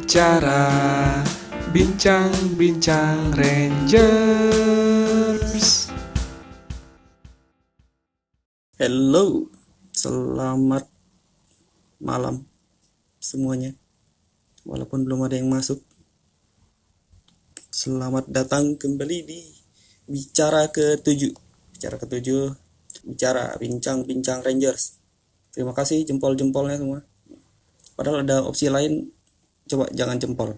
bicara, bincang-bincang Rangers. Hello, selamat malam semuanya. Walaupun belum ada yang masuk, selamat datang kembali di Bicara ke-7. Bicara bincang-bincang Rangers. Terima kasih jempol-jempolnya semua. Padahal ada opsi lain, coba jangan jempol.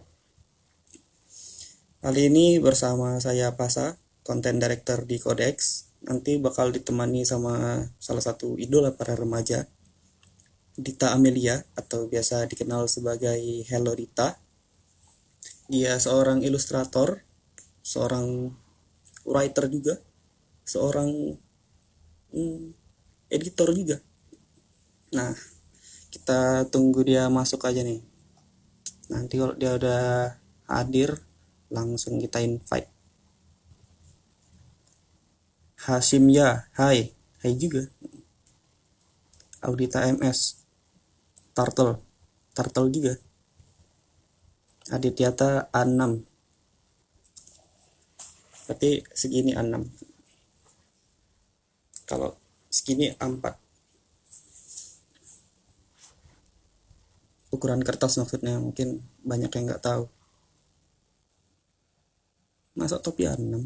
Kali ini bersama saya Pasa, Content Director di Codex. Nanti bakal ditemani sama salah satu idola para remaja, Dita Amelia, atau biasa dikenal sebagai Hello Dita. Dia seorang ilustrator, seorang writer juga, seorang editor juga. Nah, kita tunggu dia masuk aja nih. Nanti kalau dia udah hadir, langsung kita invite. Hasim ya, hai juga. Audita MS, Turtle juga. Adityata A6. Berarti segini A6. Kalau segini A4. Ukuran kertas maksudnya, mungkin banyak yang nggak tahu. Masa topi A6?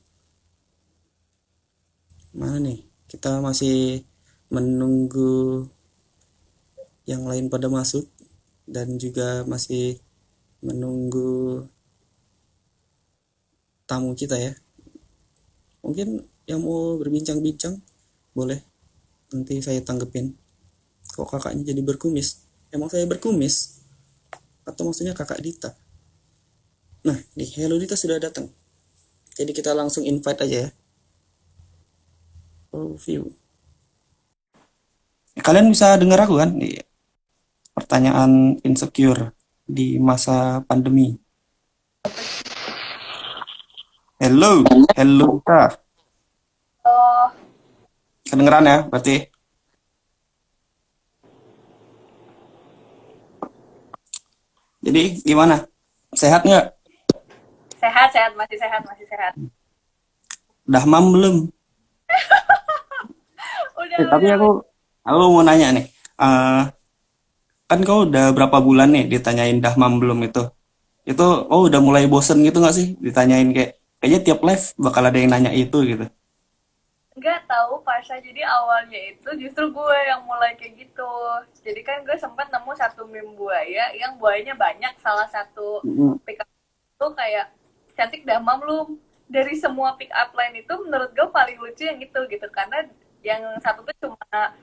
Mana nih? Kita masih menunggu yang lain pada masuk dan juga masih menunggu tamu kita ya. Mungkin yang mau berbincang-bincang boleh, nanti saya tanggepin. Kok kakaknya jadi berkumis? Emang saya berkumis? Atau maksudnya kakak Dita? Nah, nih Hello Dita sudah datang. Jadi kita langsung invite aja ya. Oh, view. Kalian bisa dengar aku kan? Pertanyaan insecure di masa pandemi. Hello Dita. Oh, Kedengeran ya berarti? Jadi gimana? Sehat nggak? sehat, masih sehat. Udah mam belum? Tapi Udah. aku mau nanya nih. Eh, kan kau udah berapa bulan nih ditanyain dah mam belum itu? Itu udah mulai bosen gitu nggak sih ditanyain kayaknya tiap live bakal ada yang nanya itu gitu. Nggak tahu Pasha, jadi awalnya itu justru gue yang mulai kayak gitu. Jadi kan gue sempat nemu satu meme buaya yang buayanya banyak. Salah satu Mm-mm. pick up itu kayak cantik dah mam lu. Dari semua pick up line itu menurut gue paling lucu yang itu gitu. Karena yang satu tuh cuma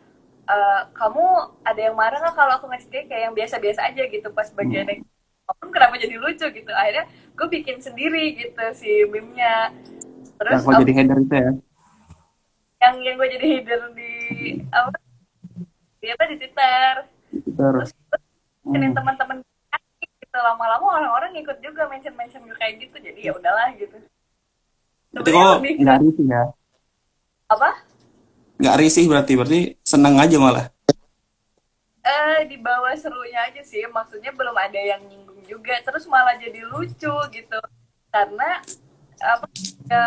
kamu ada yang marah nggak kalau aku ngasih dia kayak yang biasa-biasa aja gitu pas bagian yang kenapa jadi lucu gitu. Akhirnya gue bikin sendiri gitu si meme-nya. Yang Terus kau jadi header itu ya. yang gue jadi header di apa di Twitter. Terus Terus mentionin teman-teman gitu, lama-lama orang-orang ngikut juga mention gue kayak gitu, jadi ya udahlah gitu. berarti Sebenarnya kok lebih ke nggak risih ya? apa, Nggak risih berarti seneng aja malah. di bawah serunya aja sih, maksudnya belum ada yang nyinggung juga, terus malah jadi lucu gitu karena apa ya,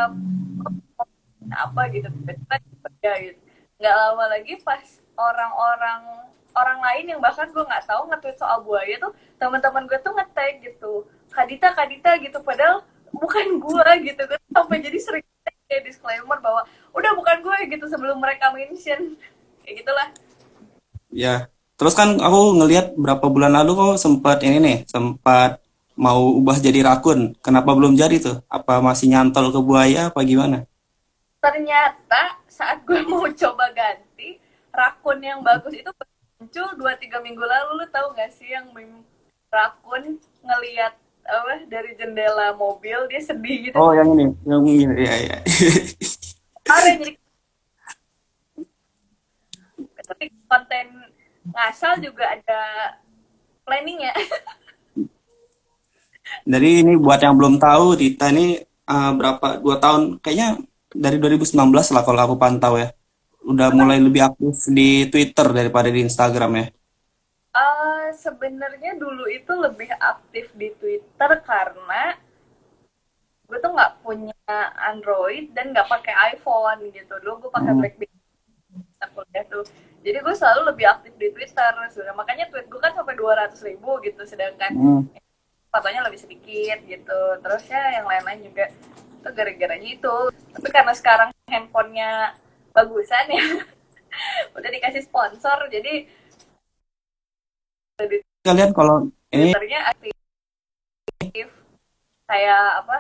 apa gitu kita ya gitu. Nggak lama lagi pas orang lain yang bahkan gue nggak tahu nge-tweet soal buaya tuh, teman-teman gue tuh nge-tag gitu Kadita gitu, padahal bukan gue gitu kan, sampai jadi sering kayak disclaimer bahwa udah bukan gue gitu sebelum mereka mention kayak gitulah. Ya. Terus kan aku ngelihat berapa bulan lalu kok sempat mau ubah jadi rakun. Kenapa belum jadi tuh? Apa masih nyantol ke buaya apa gimana? Ternyata saat gue mau coba ganti, rakun yang bagus itu muncul 2-3 minggu lalu. Lu tahu gak sih yang meme rakun ngelihat apa dari jendela mobil dia sedih gitu. Oh, yang ini. Ya, ya. Parah, jadi konten ngasal juga ada planningnya. Jadi ini buat yang belum tahu, Dita ini berapa 2 tahun kayaknya dari 2019 lah kalau aku pantau ya. Udah mulai lebih aktif di Twitter daripada di Instagram ya. sebenarnya dulu itu lebih aktif di Twitter karena gue tuh nggak punya Android dan nggak pakai iPhone gitu. Dulu gue pakai Hmm. BlackBerry kuliah tuh. Jadi gue selalu lebih aktif di Twitter. Sebenarnya makanya tweet gue kan sampai 200.000 gitu, sedangkan Hmm. fotonya lebih sedikit gitu. Terus ya yang lain-lain juga itu gara-garanya itu. Tapi karena sekarang handphonenya bagusan ya, udah dikasih sponsor, jadi di Kalian kalau ini Twitternya aktif. Kayak apa?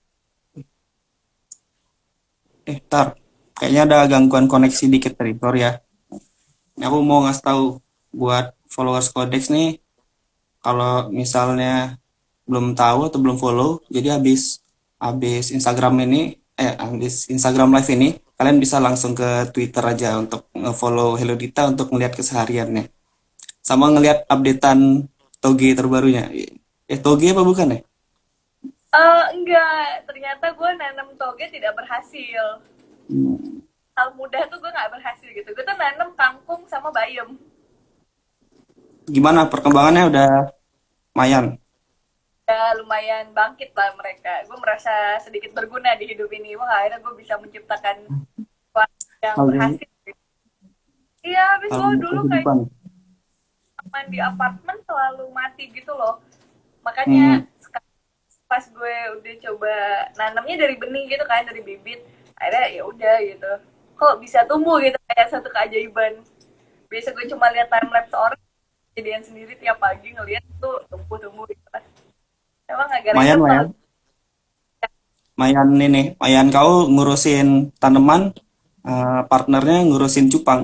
tar, kayaknya ada gangguan koneksi dikit dari Tor ya. Ini aku mau ngasih tahu buat followers Codex nih, kalau misalnya belum tahu atau belum follow, jadi habis habis Instagram ini, habis Instagram live ini, kalian bisa langsung ke Twitter aja untuk nge-follow Hello Dita untuk ngeliat kesehariannya, sama ngeliat updatean Toge terbarunya. Toge apa bukan ya? Enggak, ternyata gue nanam toge tidak berhasil. Hmm. Hal mudah tuh gue nggak berhasil gitu. Gue tuh nanam kangkung sama bayam. Gimana perkembangannya, udah lumayan? Ya lumayan bangkit lah mereka. Gue merasa sedikit berguna di hidup ini. Wah akhirnya gue bisa menciptakan sesuatu yang Hal berhasil. Iya, habis hal gue untuk dulu kayak kehidupan. main di apartemen selalu mati gitu loh. Makanya Hmm. pas gue udah coba nanamnya dari benih gitu kan, dari bibit, akhirnya ya udah gitu. Kok bisa tumbuh gitu, kayak satu keajaiban. Biasa gue cuma lihat time lapse orang, jadian sendiri tiap pagi ngeliat tuh tumbuh-tumbuh gitu kan. Emang agak Lumayan random lah ya. kalau Lumayan ini, lumayan kau ngurusin tanaman, partnernya ngurusin cupang.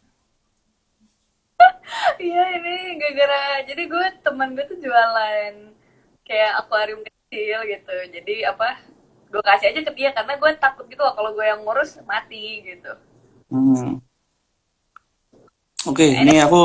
iya ini gara-gara jadi gue teman gue tuh jualan kayak akuarium kecil gitu. Jadi apa? Gue kasih aja ke dia karena gue takut gitu loh kalau gue yang ngurus mati gitu. Hmm. Oke, Nah, ini ini aku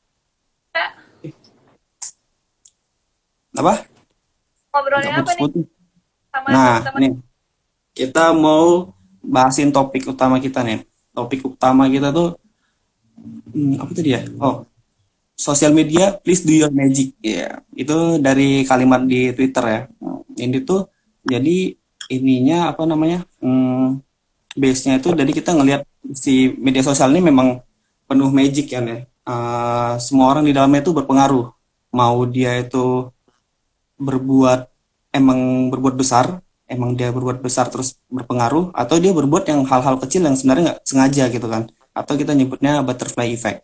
apa? Agak ngobrolnya apa nih putus-putus. sama Nah, teman-teman? ini kita mau bahasin topik utama kita nih. Topik utama kita tuh, apa tadi ya? Oh, social media, please do your magic. Ya, itu dari kalimat di Twitter ya. Ini tuh jadi ininya apa namanya? Base-nya itu dari kita ngelihat si media sosial ini memang penuh magic kan ya. Semua orang di dalamnya itu berpengaruh. Mau dia itu berbuat berbuat besar, emang dia berbuat besar terus berpengaruh, atau dia berbuat yang hal-hal kecil yang sebenarnya nggak sengaja gitu kan. Atau kita nyebutnya butterfly effect.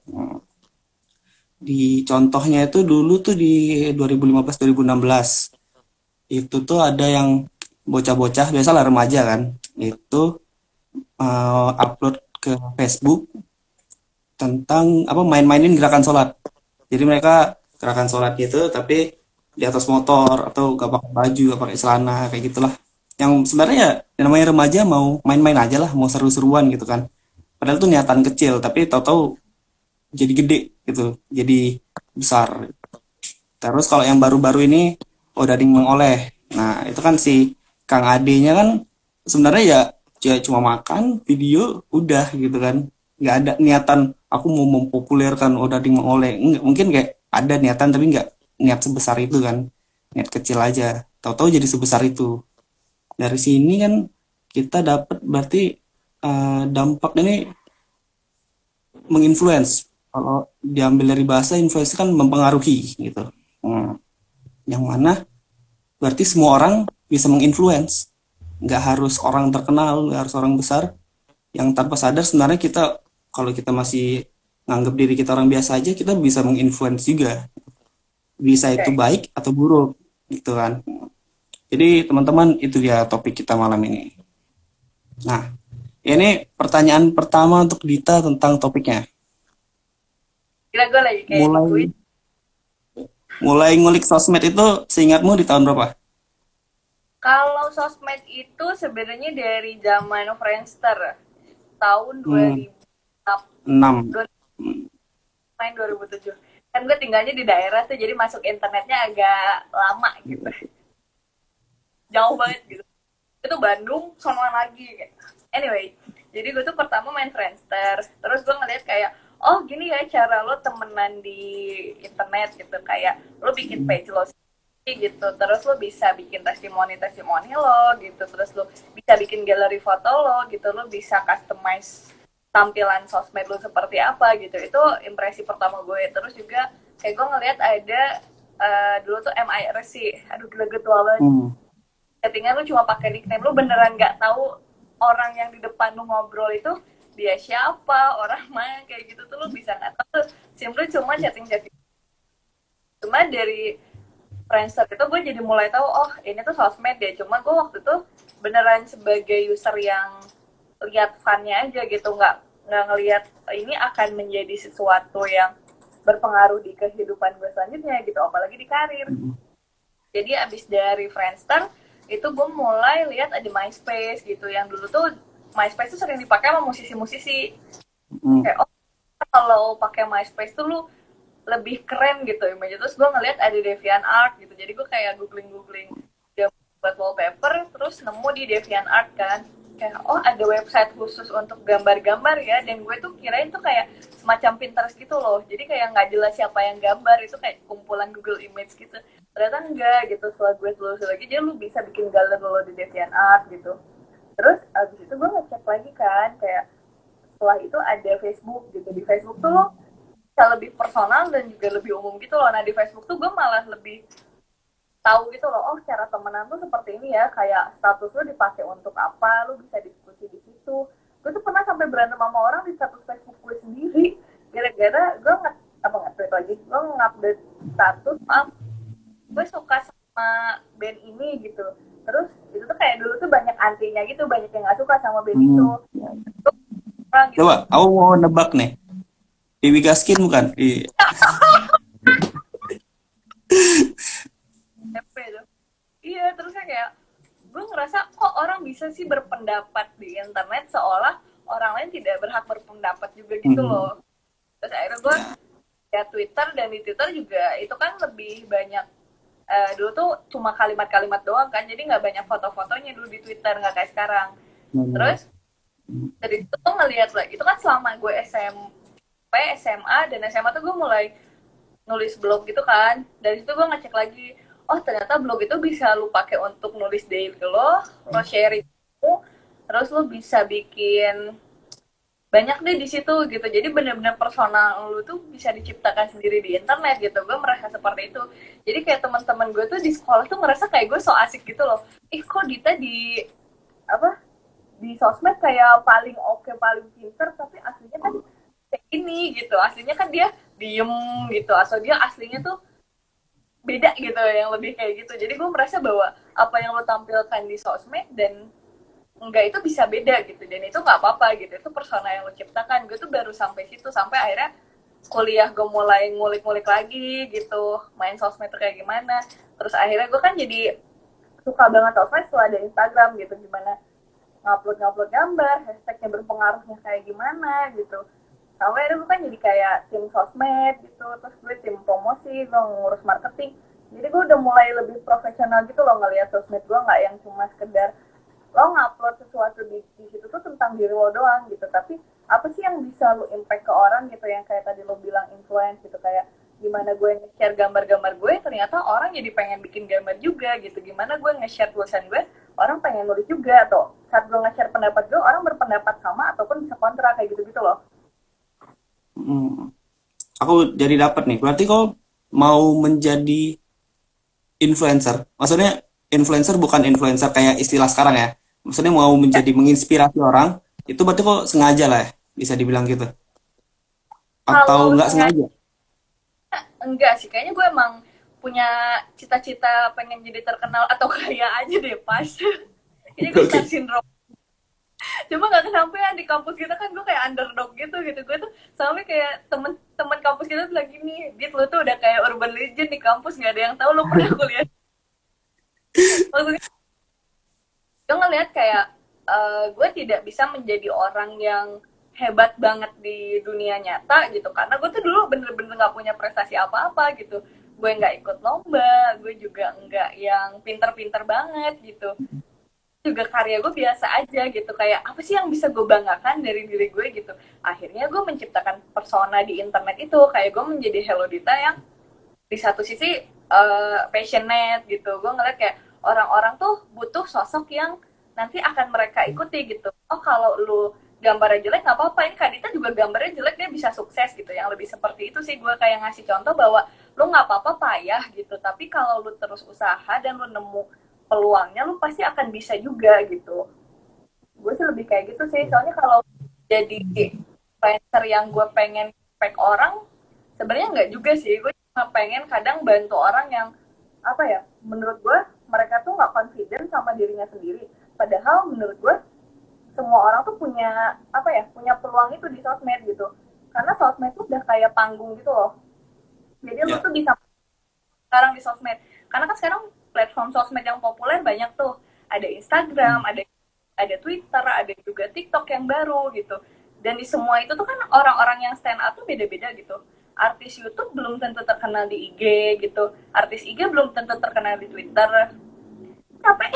Di contohnya itu dulu tuh di 2015-2016 itu tuh ada yang bocah-bocah, biasalah remaja kan, itu upload ke Facebook tentang apa, main-mainin gerakan sholat. Jadi mereka gerakan sholat gitu, tapi di atas motor atau gak pakai baju, gak pakai celana, kayak gitulah. Yang sebenarnya ya, yang namanya remaja mau main-main aja lah, mau seru-seruan gitu kan. Padahal tuh niatan kecil, tapi tahu-tahu jadi gede gitu, jadi besar. Terus kalau yang baru-baru ini Odading Mengoleh. Nah, itu kan si Kang Ade-nya kan sebenarnya ya, cuma makan video udah gitu kan. Nggak ada niatan aku mau mempopulerkan Odading Mengoleh. Nggak, mungkin kayak ada niatan tapi nggak niat sebesar itu kan. Niat kecil aja. Tahu-tahu jadi sebesar itu. Dari sini kan kita dapat berarti dampak ini menginfluence. Kalau diambil dari bahasa, influence kan mempengaruhi gitu. Hmm. Yang mana berarti semua orang bisa menginfluence, nggak harus orang terkenal, nggak harus orang besar. Yang tanpa sadar sebenarnya kita, kalau kita masih nganggap diri kita orang biasa aja, kita bisa menginfluence juga, bisa itu Oke. baik atau buruk gitu kan. Jadi teman-teman, itu dia topik kita malam ini. Nah, ini pertanyaan pertama untuk Dita tentang topiknya. Kira gue lagi kayak di mulai kuis. mulai ngulik sosmed itu seingatmu di tahun berapa? Kalau sosmed itu sebenarnya dari zaman Friendster tahun Hmm, 2000 6. main 2007. Kan gue tinggalnya di daerah tuh, jadi masuk internetnya agak lama gitu. Jauh banget gitu. Itu Bandung, sonoan lagi. Anyway, jadi gue tuh pertama main Friendster. Terus gue ngeliat kayak, oh gini ya cara lo temenan di internet gitu, kayak lo bikin page lo gitu, terus lo bisa bikin testimoni lo gitu, terus lo bisa bikin galeri foto lo gitu, lo bisa customize tampilan sosmed lo seperti apa gitu. Itu impresi pertama gue. Terus juga kayak gue ngeliat ada dulu tuh MIRC, aduh gila tua banget. Settingan lu cuma pakai nickname, lu beneran nggak tahu orang yang di depan lu ngobrol itu dia siapa, orang mana, kayak gitu tuh lu bisa nggak tahu. Simply cuma chatting. Cuma dari Friendster itu gue jadi mulai tahu, oh ini tuh sosmed ya. Cuma gue waktu itu beneran sebagai user yang lihat funnya aja gitu, nggak ngelihat ini akan menjadi sesuatu yang berpengaruh di kehidupan gue selanjutnya gitu, apalagi di karir. Jadi abis dari Friendster itu gue mulai lihat ada MySpace gitu, yang dulu tuh MySpace tuh sering dipakai sama musisi-musisi. Kayak oh kalau pakai MySpace tuh lu lebih keren gitu image. Terus gue ngeliat ada DeviantArt gitu, jadi gue kayak googling dia buat wallpaper, terus nemu di DeviantArt kan, kayak oh ada website khusus untuk gambar-gambar ya. Dan gue tuh kirain tuh kayak semacam Pinterest gitu loh, jadi kayak nggak jelas siapa yang gambar, itu kayak kumpulan Google Image gitu. Ternyata enggak gitu, setelah gue telusur lagi dia lu bisa bikin galeri lo di DeviantArt gitu. Terus abis itu gue ngecek lagi kan, kayak setelah itu ada Facebook gitu. Di Facebook tuh lo bisa lebih personal dan juga lebih umum gitu loh. Nah di Facebook tuh gue malah lebih tahu gitu loh, oh cara temenan tuh seperti ini ya, kayak status lu dipakai untuk apa, lu bisa diskusi di situ. Gue tuh pernah sampai berantem sama orang di status Facebook gue sendiri gara-gara gue nge-tweet lagi, gue nge-update status maaf gue suka sama band ini gitu. Terus itu tuh kayak dulu tuh banyak antinya gitu, banyak yang nggak suka sama band itu. Orang gitu. Coba, aku mau nebak nih. Dewi Gaskin bukan? SMP tuh. Iya, terusnya kayak gue ngerasa kok orang bisa sih berpendapat di internet seolah orang lain tidak berhak berpendapat juga gitu loh. Terus akhirnya gue ya Twitter, dan di Twitter juga itu kan lebih banyak dulu tuh cuma kalimat-kalimat doang kan, jadi nggak banyak foto-fotonya dulu di Twitter, nggak kayak sekarang. Terus dari itu tuh ngelihat lagi, itu kan selama gue SMP, SMA, dan SMA tuh gue mulai nulis blog gitu kan. Dari situ gue ngecek lagi, oh ternyata blog itu bisa lu pakai untuk nulis daily lo sharing, terus lu bisa bikin banyak deh di situ gitu. Jadi benar-benar personal lu tuh bisa diciptakan sendiri di internet gitu. Gue merasa seperti itu. Jadi kayak teman-teman gue tuh di sekolah tuh ngerasa kayak gue so asik gitu loh. Kok Dita di apa di sosmed kayak paling oke, paling pinter, tapi aslinya kan kayak ini gitu. Aslinya kan dia diem gitu, atau dia aslinya tuh beda gitu, yang lebih kayak gitu. Jadi gue merasa bahwa apa yang lo tampilkan di sosmed dan enggak itu bisa beda gitu, dan itu nggak apa-apa gitu, itu persona yang lo ciptakan. Gue tuh baru sampai situ, sampai akhirnya kuliah gue mulai ngulik-ngulik lagi gitu, main sosmed tuh kayak gimana. Terus akhirnya gue kan jadi suka banget sosmed setelah ada Instagram gitu, gimana ngupload gambar, hashtagnya berpengaruhnya kayak gimana gitu. Sampai akhirnya gue kan jadi kayak tim sosmed gitu, terus gue tim promosi, gue ngurus marketing. Jadi gue udah mulai lebih profesional gitu loh ngeliat sosmed gue, nggak yang cuma sekedar lo ngupload sesuatu di situ tuh tentang diri lo doang gitu, tapi apa sih yang bisa lo impact ke orang gitu, yang kayak tadi lo bilang influence gitu, kayak gimana gue nge-share gambar-gambar gue, ternyata orang jadi pengen bikin gambar juga gitu. Gimana gue nge-share tulisan gue, orang pengen nulis juga, atau saat gue nge-share pendapat gue, orang berpendapat sama ataupun bisa kontra, kayak gitu-gitu loh. Aku jadi dapat nih. Berarti kau mau menjadi influencer. Maksudnya influencer bukan influencer kayak istilah sekarang ya. Maksudnya mau menjadi menginspirasi orang, itu berarti kok sengaja lah ya, bisa dibilang gitu. Atau Kalau nggak sengaja sengaja? enggak sih, kayaknya gue emang punya cita-cita pengen jadi terkenal atau kaya aja deh pas. Kayaknya gue star Oke. syndrome. Cuma nggak kesampaian di kampus kita kan, gue kayak underdog gitu. Gue tuh sampai kayak temen-temen kampus kita tuh lagi nih, Dit lu tuh udah kayak urban legend di kampus, nggak ada yang tahu lu pernah kuliah. Maksudnya gue ngeliat kayak gue tidak bisa menjadi orang yang hebat banget di dunia nyata gitu, karena gue tuh dulu bener-bener nggak punya prestasi apa-apa gitu. Gue nggak ikut lomba, gue juga nggak yang pinter-pinter banget gitu. juga karya gue biasa aja gitu, kayak apa sih yang bisa gue banggakan dari diri gue gitu. Akhirnya gue menciptakan persona di internet itu, kayak gue menjadi Hello Dita yang di satu sisi passionate gitu. Gue ngeliat kayak orang-orang tuh butuh sosok yang nanti akan mereka ikuti gitu. Oh kalau lu gambarnya jelek nggak apa-apa, ini Kak Dita juga gambarnya jelek dia bisa sukses gitu. Yang lebih seperti itu sih, gue kayak ngasih contoh bahwa lu nggak apa-apa payah gitu, tapi kalau lu terus usaha dan lu nemu peluangnya, lu pasti akan bisa juga gitu. Gue sih lebih kayak gitu sih, soalnya kalau jadi influencer yang gue pengen impact orang, sebenarnya nggak juga sih. Gue cuma pengen kadang bantu orang yang apa ya, menurut gue mereka tuh nggak confident sama dirinya sendiri, padahal menurut gue semua orang tuh punya apa ya, punya peluang itu di sosmed gitu, karena sosmed tuh udah kayak panggung gitu loh. Jadi lu Ya. tuh bisa sekarang di sosmed, karena kan sekarang platform sosmed yang populer banyak tuh, ada Instagram, ada Twitter, ada juga TikTok yang baru gitu. Dan di semua itu tuh kan orang-orang yang stand up tuh beda-beda gitu. Artis YouTube belum tentu terkenal di IG gitu, artis IG belum tentu terkenal di Twitter. Capek.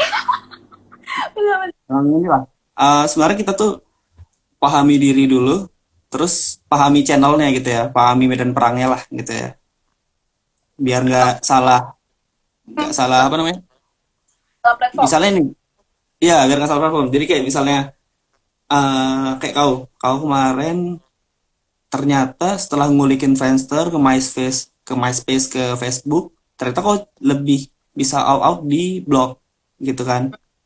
Yang inilah. Sebenarnya kita tuh pahami diri dulu, terus pahami channelnya gitu ya, pahami medan perangnya lah gitu ya, biar nggak salah apa namanya? Platform. Misalnya nih, ya biar nggak salah platform. Jadi kayak misalnya kayak kau kemarin ternyata setelah ngulikin Friendster ke MySpace ke Facebook, ternyata kau lebih bisa all out di blog gitu kan.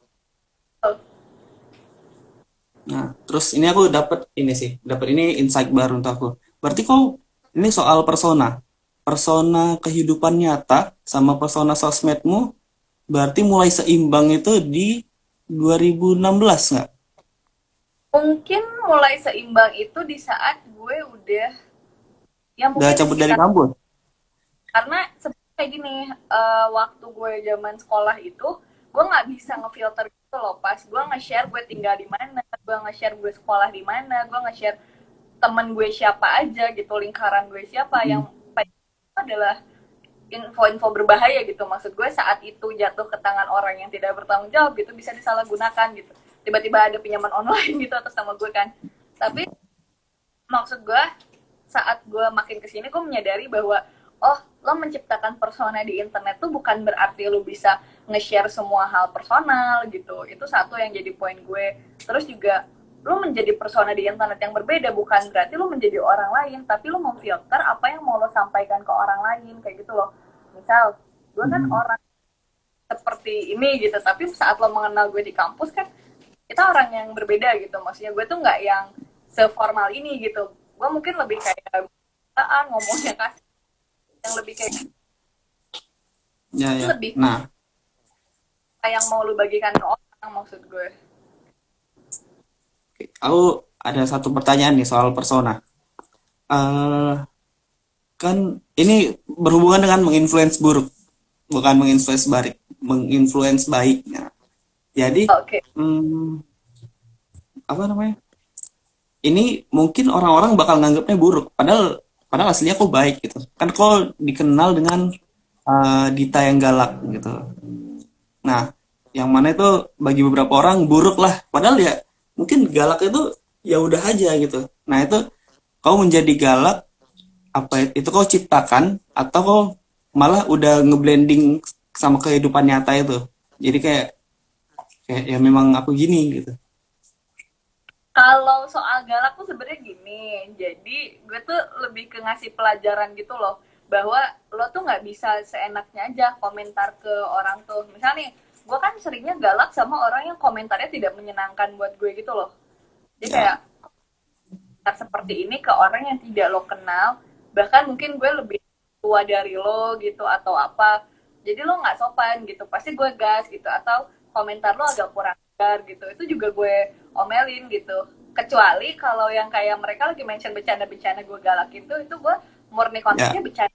Nah, terus ini aku dapat ini insight baru untuk aku. Berarti kau ini soal persona, persona kehidupan nyata sama persona sosmedmu berarti mulai seimbang itu di 2016 nggak? Mungkin mulai seimbang itu di saat gue udah, ya Udah mungkin cabut dari sekitar, kampus? karena sebenarnya kayak gini, waktu gue zaman sekolah itu gue nggak bisa ngefilter gitu loh, pas gue nge-share gue tinggal di mana, gue nge-share gue sekolah di mana, gue nge-share temen gue siapa aja gitu, lingkaran gue siapa, yang Hmm. adalah info-info berbahaya gitu. Maksud gue saat itu jatuh ke tangan orang yang tidak bertanggung jawab gitu, bisa disalahgunakan gitu, tiba-tiba ada pinjaman online gitu atas nama gue kan. Tapi maksud gue saat gue makin kesini gue menyadari bahwa oh, lo menciptakan persona di internet tuh bukan berarti lo bisa nge-share semua hal personal gitu. Itu satu yang jadi poin gue. Terus juga lo menjadi persona di internet yang berbeda bukan berarti lo menjadi orang lain, tapi lo memfilter apa yang mau lo sampaikan ke orang lain kayak gitu loh. Misal gue kan Hmm. orang seperti ini gitu, tapi saat lo mengenal gue di kampus kan kita orang yang berbeda gitu. Maksudnya gue tuh nggak yang seformal ini gitu, gue mungkin lebih kayak ngomongnya kasih, yang lebih kayak Ya ya. lebih Nah, kayak yang mau lu bagikan ke orang, maksud gue. aku ada satu pertanyaan nih soal persona. eh Kan ini berhubungan dengan menginfluence buruk, bukan menginfluence baik. Nah, jadi Oke. hmm, apa namanya? Ini mungkin orang-orang bakal nganggapnya buruk, padahal padahal aslinya kok baik gitu. Kan kok dikenal dengan Dita yang galak gitu. Nah, yang mana itu bagi beberapa orang buruk lah, padahal ya mungkin galak itu ya udah aja gitu. Nah, itu kau menjadi galak apa itu kau ciptakan atau kau malah udah ngeblending sama kehidupan nyata itu, jadi kayak kayak ya memang aku gini gitu. Kalau soal galak tuh sebenarnya gini, jadi gue tuh lebih ke ngasih pelajaran gitu loh, bahwa lo tuh nggak bisa seenaknya aja komentar ke orang tuh. Misalnya nih, gue kan seringnya galak sama orang yang komentarnya tidak menyenangkan buat gue gitu loh. Jadi Ya. kayak seperti ini ke orang yang tidak lo kenal, bahkan mungkin gue lebih tua dari lo gitu atau apa, jadi lo nggak sopan gitu, pasti gue gas gitu, atau komentar lo agak kurang ajar gitu, itu juga gue omelin gitu. Kecuali kalau yang kayak mereka lagi mention bercanda-bercanda gue galak itu gue murni Ya. konteksnya bercanda.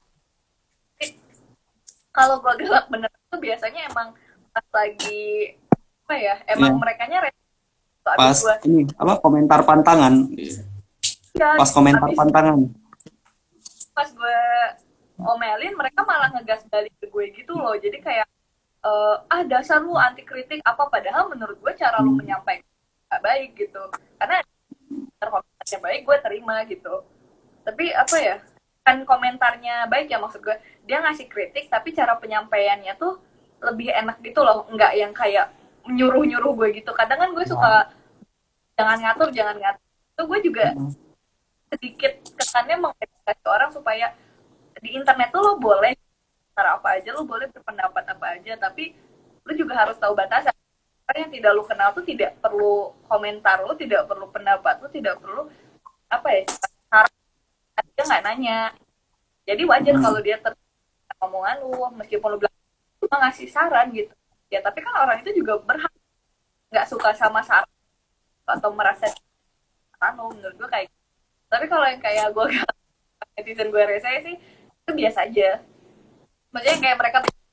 Kalau gue galak bener tuh biasanya emang pas lagi apa ya, emang Ya, mereka nya abis pas gue, ini apa komentar pantangan, ya pas komentar abis pantangan. pas gue omelin mereka malah ngegas balik ke gue gitu loh, jadi kayak dasar lu anti kritik apa, padahal menurut gue cara lu menyampaikan gak baik gitu. Karena komentarnya baik gue terima gitu, tapi apa ya, kan komentarnya baik ya, maksud gue dia ngasih kritik tapi cara penyampaiannya tuh lebih enak gitu loh, nggak yang kayak nyuruh-nyuruh gue gitu. Kadang kan gue suka jangan ngatur itu, gue juga sedikit kesannya mengedukasi orang supaya di internet tuh lo boleh cara apa aja, lo boleh berpendapat apa aja, tapi lo juga harus tahu batasan. Orang yang tidak lo kenal tuh tidak perlu komentar lo, tidak perlu pendapat lo, tidak perlu apa ya, saran, dia nggak nanya. Jadi wajar kalau dia omongan lu, meskipun lu bilang cuma ngasih saran gitu ya, tapi kan orang itu juga berhak nggak suka sama saran atau merasa saran lu, menurut gue kayak gitu. Tapi kalau yang kayak gue netizen gue rese sih itu biasa aja, maksudnya kayak mereka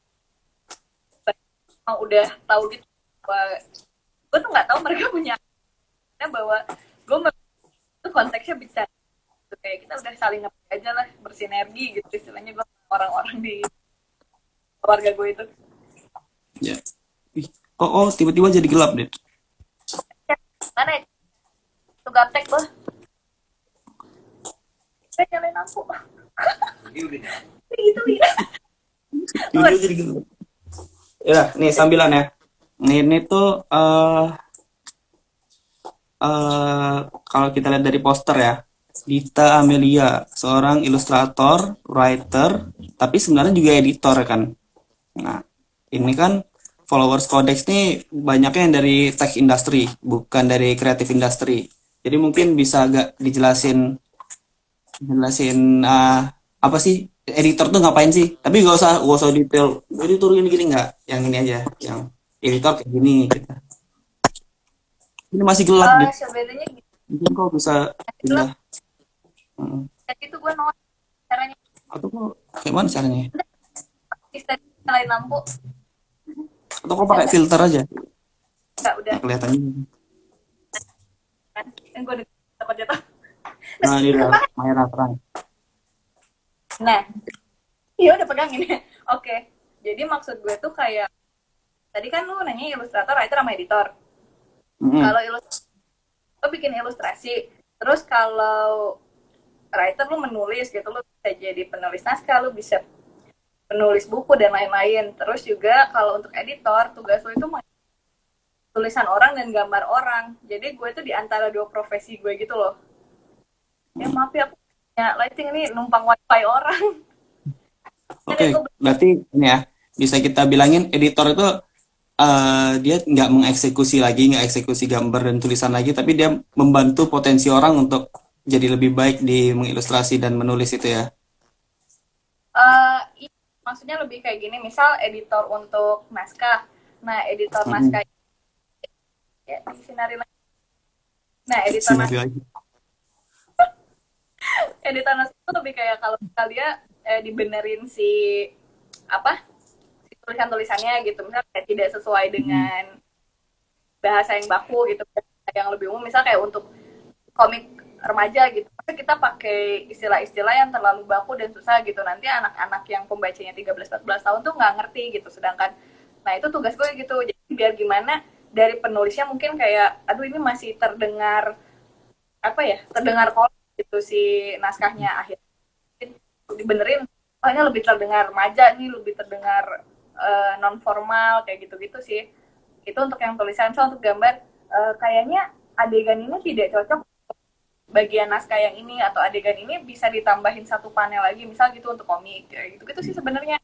udah tahu gitu bahwa gue tuh nggak tahu mereka punya bahwa gue itu konteksnya bicara gitu, kayak kita udah saling ngerti aja lah, bersinergi gitu istilahnya, gue orang-orang di keluarga gue itu. Ya. Oh, tiba-tiba jadi gelap deh. Ya, mana ya? Tuh gaptek bah. Saya nyalain lampu. Gitu ya. Tiba-tiba jadi gelap. Ya, nih sambilan ya. Ini tuh kalau kita lihat dari poster ya, Dita Amelia, seorang ilustrator, writer, tapi sebenarnya juga editor kan. Nah, ini kan followers Codex nih banyaknya yang dari tech industry, bukan dari creative industry. Jadi mungkin bisa agak jelasin apa sih editor tuh ngapain sih? Tapi gak usah detail. Editor gini-gini nggak, yang ini aja, yang editor kayak gini. Gitu. Ini masih gelap deh. Sebenarnya gitu. Mungkin kok bisa pindah. Jadi itu gue nolak caranya. Atau kok kayak mana caranya? Bisa nyalain lampu. Atau kok pakai filter aja? Enggak, udah. Nah, kelihatannya. Kan gue udah dapat jatuh. Nah, ini udah merah terang. Nah, iya udah pegangin ya. Oke. Jadi maksud gue tuh kayak tadi kan lu nanya ilustrator, writer sama editor. Kalau ilustrator lu bikin ilustrasi, terus kalau writer lu menulis gitu, lu bisa jadi penulis naskah, lu bisa penulis buku dan lain-lain. Terus juga kalau untuk editor, tugas lu itu tulisan orang dan gambar orang. Jadi gue tuh di antara dua profesi gue gitu loh. Ya maaf ya, aku punya lighting ini numpang wifi orang. Oke, berarti ini ya bisa kita bilangin editor itu dia nggak nggak eksekusi gambar dan tulisan lagi, tapi dia membantu potensi orang untuk jadi lebih baik di mengilustrasi dan menulis itu ya. Maksudnya lebih kayak gini, misal editor untuk naskah. Nah, editor naskah ya disinari lagi. Nah, editor naskah editor naskah itu lebih kayak kalau dia dibenerin si tulisan-tulisannya gitu, misalnya kayak tidak sesuai dengan bahasa yang baku gitu, yang lebih umum, misal kayak untuk komik remaja gitu, kita pakai istilah-istilah yang terlalu baku dan susah gitu, nanti anak-anak yang pembacanya 13-14 tahun tuh nggak ngerti gitu, sedangkan nah itu tugas gue gitu, jadi biar gimana dari penulisnya mungkin kayak aduh ini masih terdengar terdengar kolot gitu si naskahnya, akhirnya dibenerin, ini lebih terdengar remaja nih, lebih terdengar non formal kayak gitu-gitu sih. Itu untuk yang tulisan. So untuk gambar kayaknya adegan ini tidak cocok bagian naskah yang ini, atau adegan ini bisa ditambahin satu panel lagi misal gitu untuk komik kayak gitu sih sebenarnya.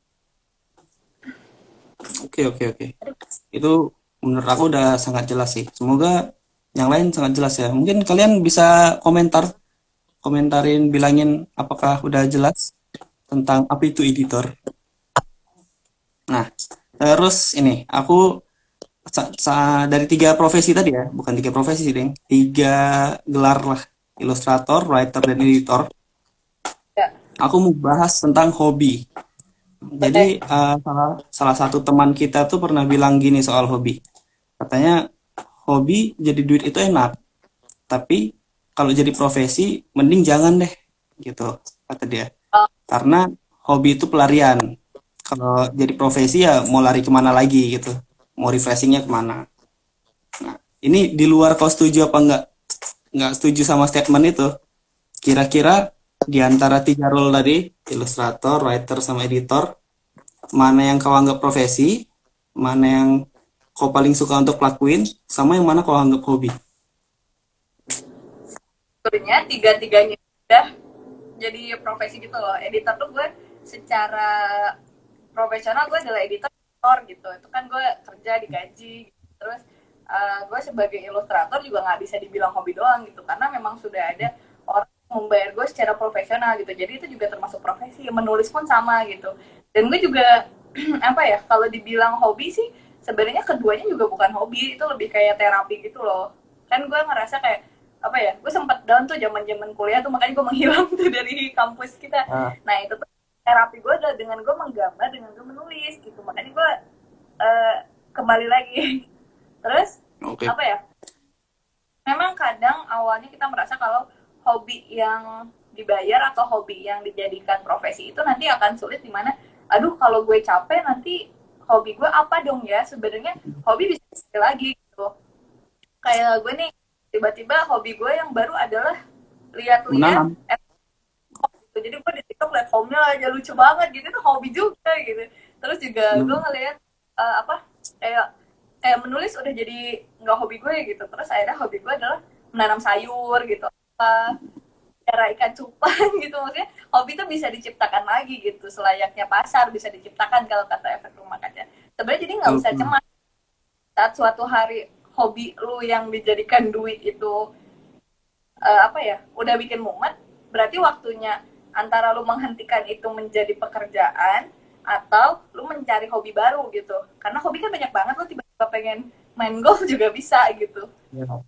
Oke. Itu menurut aku udah sangat jelas sih. Semoga yang lain sangat jelas ya. Mungkin kalian bisa komentarin, bilangin apakah udah jelas tentang apa itu editor. Nah, terus ini aku dari 3 profesi tadi ya, bukan 3 profesi sih, Deng. 3 gelar lah, ilustrator, writer, dan editor. Ya. Aku mau bahas tentang hobi. Jadi salah satu teman kita tuh pernah bilang gini soal hobi. Katanya hobi jadi duit itu enak, tapi kalau jadi profesi mending jangan deh, gitu kata dia. Karena hobi itu pelarian. Kalau jadi profesi ya mau lari kemana lagi gitu, mau refreshingnya kemana. Nah, ini di luar kau setuju apa nggak setuju sama statement itu? Kira-kira di antara tiga role tadi, ilustrator, writer, sama editor, mana yang kau anggap profesi, mana yang kau paling suka untuk lakuin, sama yang mana kau anggap hobi? Sebenarnya tiga-tiganya udah jadi profesi gitu loh. Editor tuh gue secara profesional gue adalah editor gitu. Itu kan gue kerja digaji gitu. Terus gue sebagai ilustrator juga nggak bisa dibilang hobi doang gitu, karena memang sudah ada orang yang membayar gue secara profesional gitu. Jadi itu juga termasuk profesi. Menulis pun sama gitu. Dan gue juga apa ya, kalau dibilang hobi sih sebenarnya keduanya juga bukan hobi, itu lebih kayak terapi gitu loh. Kan gue ngerasa kayak apa ya, gue sempat down tuh zaman kuliah tuh, makanya gue menghilang tuh dari kampus kita. Ah, Nah itu tuh terapi gue adalah dengan gue menggambar, dengan gue menulis gitu, makanya gue uh, kembali lagi. Terus oke. apa ya, memang kadang awalnya kita merasa kalau hobi yang dibayar atau hobi yang dijadikan profesi itu nanti akan sulit, dimana aduh kalau gue capek nanti hobi gue apa dong ya. Sebenarnya hobi bisa lagi gitu. Kayak gue nih, tiba-tiba hobi gue yang baru adalah lihat-lihat Menanam. gitu. Jadi gue di TikTok liat home-nya aja lucu banget gitu, itu hobi juga gitu. Terus juga gue Hmm. ngeliat apa, kayak kayak menulis udah jadi nggak hobi gue gitu. Terus akhirnya hobi gue adalah menanam sayur gitu, apa, cara ikan cupang gitu. Maksudnya hobi itu bisa diciptakan lagi gitu, selayaknya pasar bisa diciptakan kalau kata efek rumah kaca. Sebenarnya jadi nggak usah Betul. cemas saat suatu hari hobi lu yang dijadikan duit itu apa ya, udah bikin mumet, berarti waktunya antara lu menghentikan itu menjadi pekerjaan atau lu mencari hobi baru gitu. Karena hobi kan banyak banget, lu tiba-tiba pengen main golf juga bisa gitu. Ya.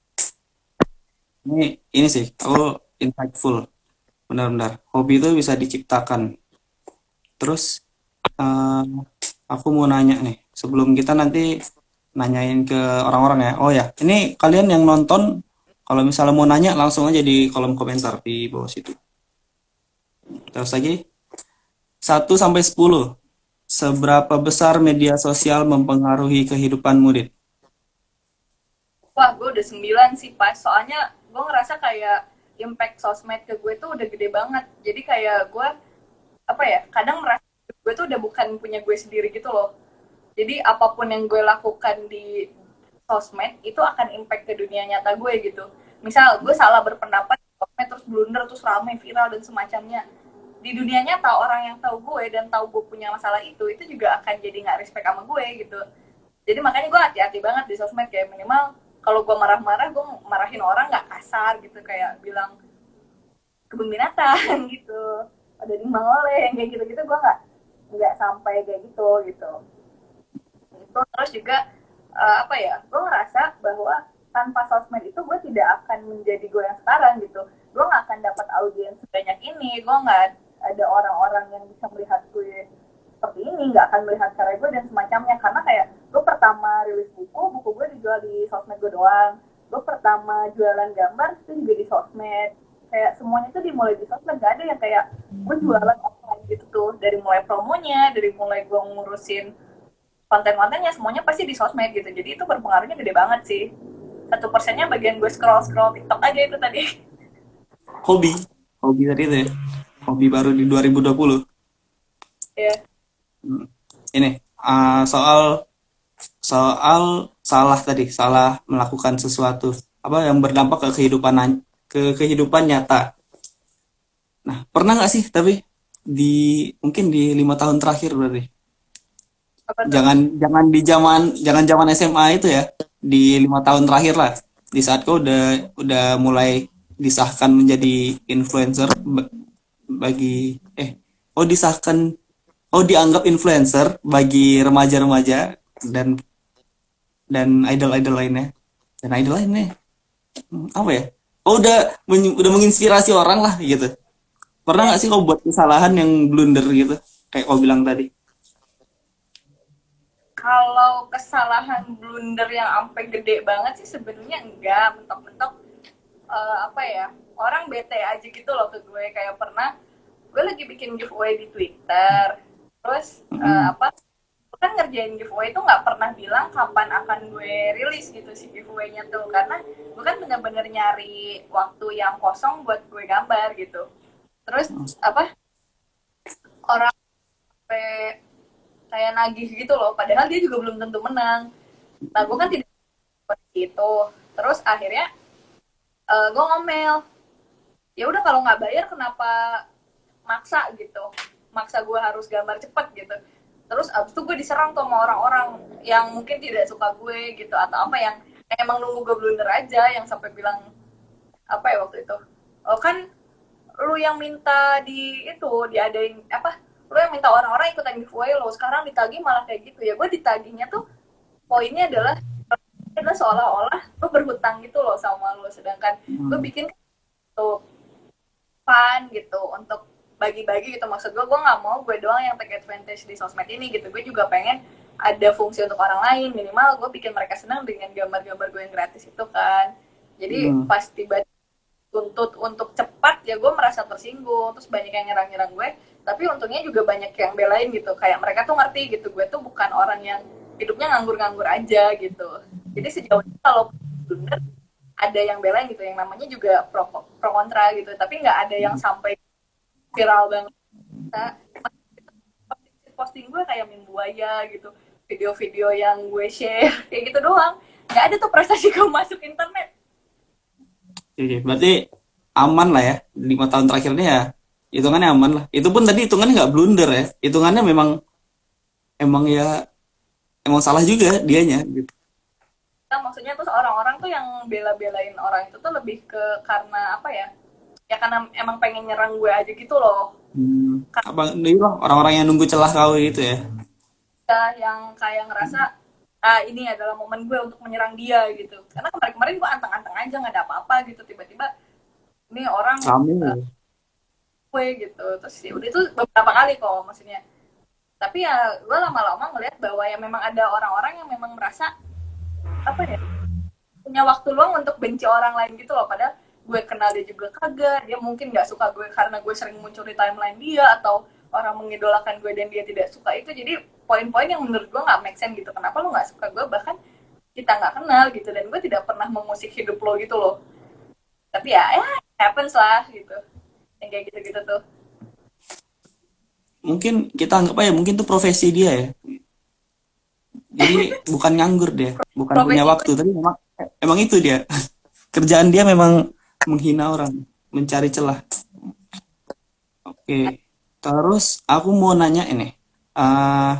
Ini sih, aku insightful, benar-benar. Hobi itu bisa diciptakan. Terus eh, aku mau nanya nih, sebelum kita nanti nanyain ke orang-orang ya. Oh ya, ini kalian yang nonton, kalau misalnya mau nanya langsung aja di kolom komentar di bawah situ. Terus lagi, 1 sampai 10, seberapa besar media sosial mempengaruhi kehidupanmu, Dit? Wah, gue udah 9 sih pas. Soalnya gue ngerasa kayak impact sosmed ke gue tuh udah gede banget. Jadi kayak gue apa ya, kadang merasa gue tuh udah bukan punya gue sendiri gitu loh. Jadi apapun yang gue lakukan di sosmed itu akan impact ke dunia nyata gue gitu. Misal gue salah berpendapat di sosmed, terus blunder, terus rame viral dan semacamnya, di dunia nyata orang yang tahu gue dan tahu gue punya masalah itu juga akan jadi nggak respect sama gue gitu. Jadi makanya gue hati-hati banget di sosmed, kayak minimal kalau gue marah-marah, gue marahin orang nggak kasar gitu, kayak bilang kebun binatang gitu, ada di Mangole yang kayak gitu-gitu. Gue nggak sampai kayak gitu itu. Terus juga apa ya, gue ngerasa bahwa tanpa sosmed itu gue tidak akan menjadi gue yang sekarang gitu. Gue nggak akan dapat audiens sebanyak ini, gue nggak ada orang-orang yang bisa melihat gue seperti ini, nggak akan melihat karya gue dan semacamnya. Karena kayak gue pertama rilis buku gue dijual di sosmed gue doang. Gue pertama jualan gambar itu juga di sosmed. Kayak semuanya tuh dimulai di sosmed, gak ada yang kayak gue jualan offline gitu tuh. Dari mulai promonya, dari mulai gue ngurusin konten-kontennya, semuanya pasti di sosmed gitu. Jadi itu berpengaruhnya gede banget sih. 1%-nya bagian gue scroll TikTok aja itu tadi. Hobi. Hobi tadi itu ya. Hobi baru di 2020. Ya. Hmm. Ini soal soal salah tadi, salah melakukan sesuatu apa yang berdampak ke kehidupan nyata. Nah, pernah nggak sih tapi di mungkin di 5 tahun terakhir berarti, Apa tuh? jangan jangan zaman SMA itu ya, di 5 tahun terakhir lah, di saat kau udah mulai disahkan menjadi influencer bagi oh disahkan, oh dianggap influencer bagi remaja-remaja dan idol-idol lainnya, apa ya, oh udah menginspirasi orang lah gitu. Pernah Ya. nggak sih kau buat kesalahan yang blunder gitu kayak kau bilang tadi? Kalau kesalahan blunder yang sampai gede banget sih sebenarnya enggak, mentok-mentok apa ya, orang bete aja gitu loh ke gue. Kayak pernah gue lagi bikin giveaway di Twitter, Terus Mm-mm. apa, gue kan ngerjain giveaway itu nggak pernah bilang kapan akan gue rilis gitu si giveaway-nya tuh, karena gue kan bener-bener nyari waktu yang kosong buat gue gambar gitu. Terus apa, orang sampai kayak nagih gitu loh, padahal dia juga belum tentu menang. Nah gue kan tidak seperti itu. Terus akhirnya gue ngomel, ya udah kalau nggak bayar kenapa maksa gitu, maksa gue harus gambar cepet gitu. Terus abis itu gue diserang tuh sama orang-orang yang mungkin tidak suka gue gitu, atau apa yang emang nunggu gue blunder aja, yang sampai bilang apa ya waktu itu, oh kan lu yang minta di itu diadain apa, lu yang minta orang-orang ikutan giveaway lo, sekarang ditagih malah kayak gitu. Ya gue ditagihnya tuh poinnya adalah seolah-olah lu berhutang gitu loh sama lu, sedangkan gue Mm. bikin tuh fun gitu untuk bagi-bagi gitu. Maksud gue nggak mau gue doang yang take advantage di sosmed ini gitu, gue juga pengen ada fungsi untuk orang lain, minimal gue bikin mereka senang dengan gambar-gambar gue yang gratis itu kan. Jadi Mm. pas tiba tuntut untuk cepat ya gue merasa tersinggung, terus banyak yang nyerang-nyerang gue, tapi untungnya juga banyak yang belain gitu, kayak mereka tuh ngerti gitu gue tuh bukan orang yang hidupnya nganggur-nganggur aja gitu. Jadi sejauh ini kalau blunder ada yang belain gitu, yang namanya juga pro kontra gitu, tapi nggak ada yang sampai viral banget. Nah, posting gue kayak meme buaya gitu, video-video yang gue share kayak gitu doang, nggak ada tuh prestasi gue masuk internet. Oke, berarti aman lah ya 5 tahun terakhirnya ya, hitungannya aman lah. Itu pun tadi hitungannya nggak blunder ya, hitungannya memang emang ya emang salah juga dianya gitu. Nah, maksudnya terus orang-orang tuh yang bela-belain orang itu tuh lebih ke karena apa ya, ya karena emang pengen nyerang gue aja gitu loh. Apa ini loh orang-orang yang nunggu celah kau gitu ya. Karena yang kayak ngerasa ah ini adalah momen gue untuk menyerang dia gitu, karena kemarin-kemarin gue anteng-anteng aja nggak ada apa-apa gitu, tiba-tiba ini orang Rame ya. gue gitu. Terus ya udah itu beberapa kali kok maksudnya, tapi ya gue lama-lama ngeliat bahwa ya memang ada orang-orang yang memang merasa apa ya, punya waktu luang untuk benci orang lain gitu loh, padahal gue kenal dia juga kagak, dia mungkin nggak suka gue karena gue sering muncul di timeline dia, atau orang mengidolakan gue dan dia tidak suka itu. Jadi poin-poin yang menurut gue nggak make sense gitu, kenapa lo nggak suka gue, bahkan kita nggak kenal gitu, dan gue tidak pernah mengusik hidup lo gitu loh. Tapi ya happens lah gitu, yang kayak gitu-gitu tuh. Mungkin kita anggap aja mungkin tuh profesi dia ya. Jadi bukan nganggur dia, bukan punya Profesi gue waktu, tapi memang emang itu dia. Kerjaan dia memang menghina orang, mencari celah. Oke. Terus aku mau nanya ini. eh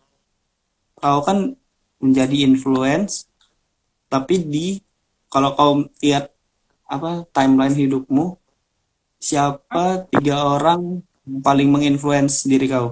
Kau kan menjadi influence, tapi di kalau kau lihat apa timeline hidupmu, siapa 3 orang yang paling menginfluence diri kau?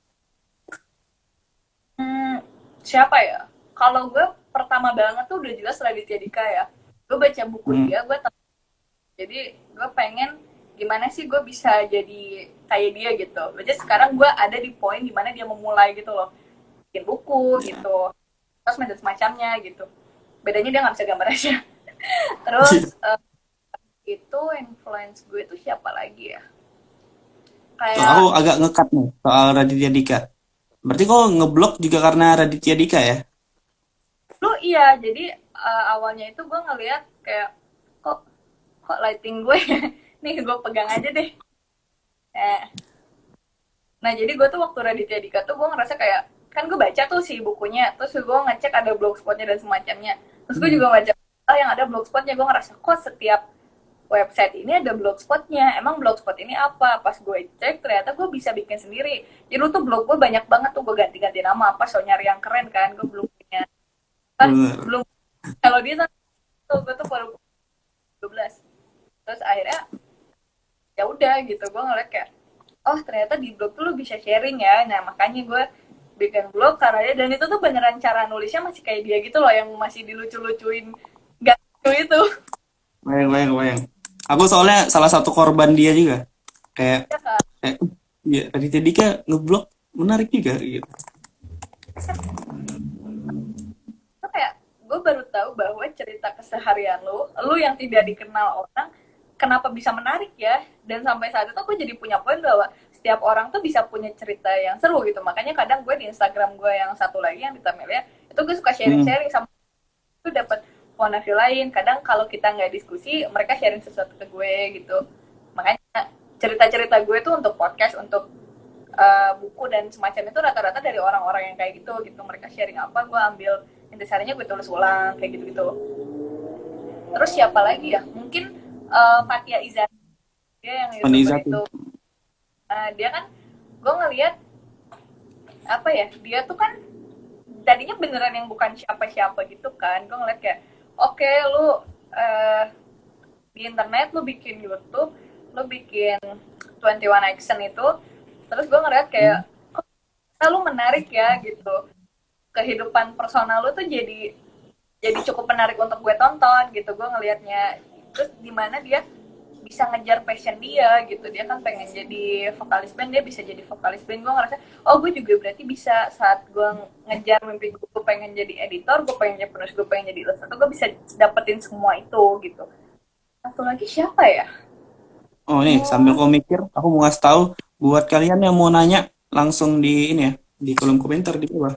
hmm, siapa ya, kalau gue pertama banget tuh udah jelas Raditya Dika ya. Gue baca buku Hmm. dia, gue jadi gue pengen gimana sih gue bisa jadi kayak dia gitu. Jadi sekarang gue ada di poin dimana dia memulai gitu loh, bikin buku Ya. gitu, terus dan semacamnya gitu. Bedanya dia nggak bisa gambar aja. Terus itu influence gue tuh siapa lagi ya, Tuh, aku kayak agak ngekat nih soal Raditya Dika. Berarti kau ngeblok juga karena Raditya Dika ya? lu. Iya, jadi awalnya itu gue ngeliat kayak kok kok lighting gue nih gue pegang aja deh. eh, Nah, jadi gue tuh waktu Raditya Dika tuh gue ngerasa kayak, kan gue baca tuh si bukunya, terus gue ngecek ada blogspotnya dan semacamnya. Terus gue Hmm. juga baca yang ada blogspotnya, gue ngerasa kok setiap website ini ada blogspotnya. Emang blogspot ini apa? Pas gue cek ternyata gue bisa bikin sendiri. Jadi lu tuh blog gue banyak banget tuh, gue ganti-ganti nama apa, so nyari yang keren kan, gue belum punya apa, Bener. belum, kalau dia tuh gue tuh baru 12. Terus akhirnya ya udah gitu, gue ngeliat kayak oh ternyata di blog tuh lu bisa sharing ya. Nah makanya gue bikin blog karena dia, dan itu tuh beneran cara nulisnya masih kayak dia gitu loh, yang masih dilucu-lucuin, gak lucu itu. Bayang, bayang, bayang. Aku soalnya salah satu korban dia juga. Kayak, Ya kan, kayak ya, Raditya Dika ngeblok menarik juga gitu. itu kayak gue baru tahu bahwa cerita keseharian lu yang tidak dikenal orang, kenapa bisa menarik ya. Dan sampai saat itu aku jadi punya poin bahwa setiap orang tuh bisa punya cerita yang seru gitu. Makanya kadang gue di Instagram gue yang satu lagi yang di Tamelia itu gue suka sharing-sharing sama itu dapat point of view lain. Kadang kalau kita nggak diskusi mereka sharing sesuatu ke gue gitu. Makanya cerita-cerita gue tuh untuk podcast, untuk buku dan semacam itu rata-rata dari orang-orang yang kayak gitu gitu. Mereka sharing apa gue ambil intisarinya, gue tulis ulang kayak gitu-gitu. Terus siapa lagi ya, mungkin Fatia Izan, dia yang YouTuber Vanessa itu. tuh. Dia kan gue ngelihat apa ya, dia tuh kan tadinya beneran yang bukan siapa-siapa gitu kan. Gue ngeliat kayak oke, lu di internet lu bikin YouTube, lu bikin 21 Action itu, terus gue ngeliat kayak kok lu menarik ya gitu, kehidupan personal lu tuh jadi cukup menarik untuk gue tonton gitu. Gue ngelihatnya terus dimana dia bisa ngejar passion dia gitu. Dia kan pengen jadi vokalis band, dia bisa jadi vokalis band. Gue ngerasa oh gue juga berarti bisa. Saat gue ngejar mimpi gue pengen jadi editor, gue pengen jadi penulis, gue pengen jadi ilustrator, gue bisa dapetin semua itu gitu. Satu lagi siapa ya? Oh nih, sambil kau mikir, aku mau ngasih tahu buat kalian yang mau nanya langsung di ini ya, di kolom komentar di bawah.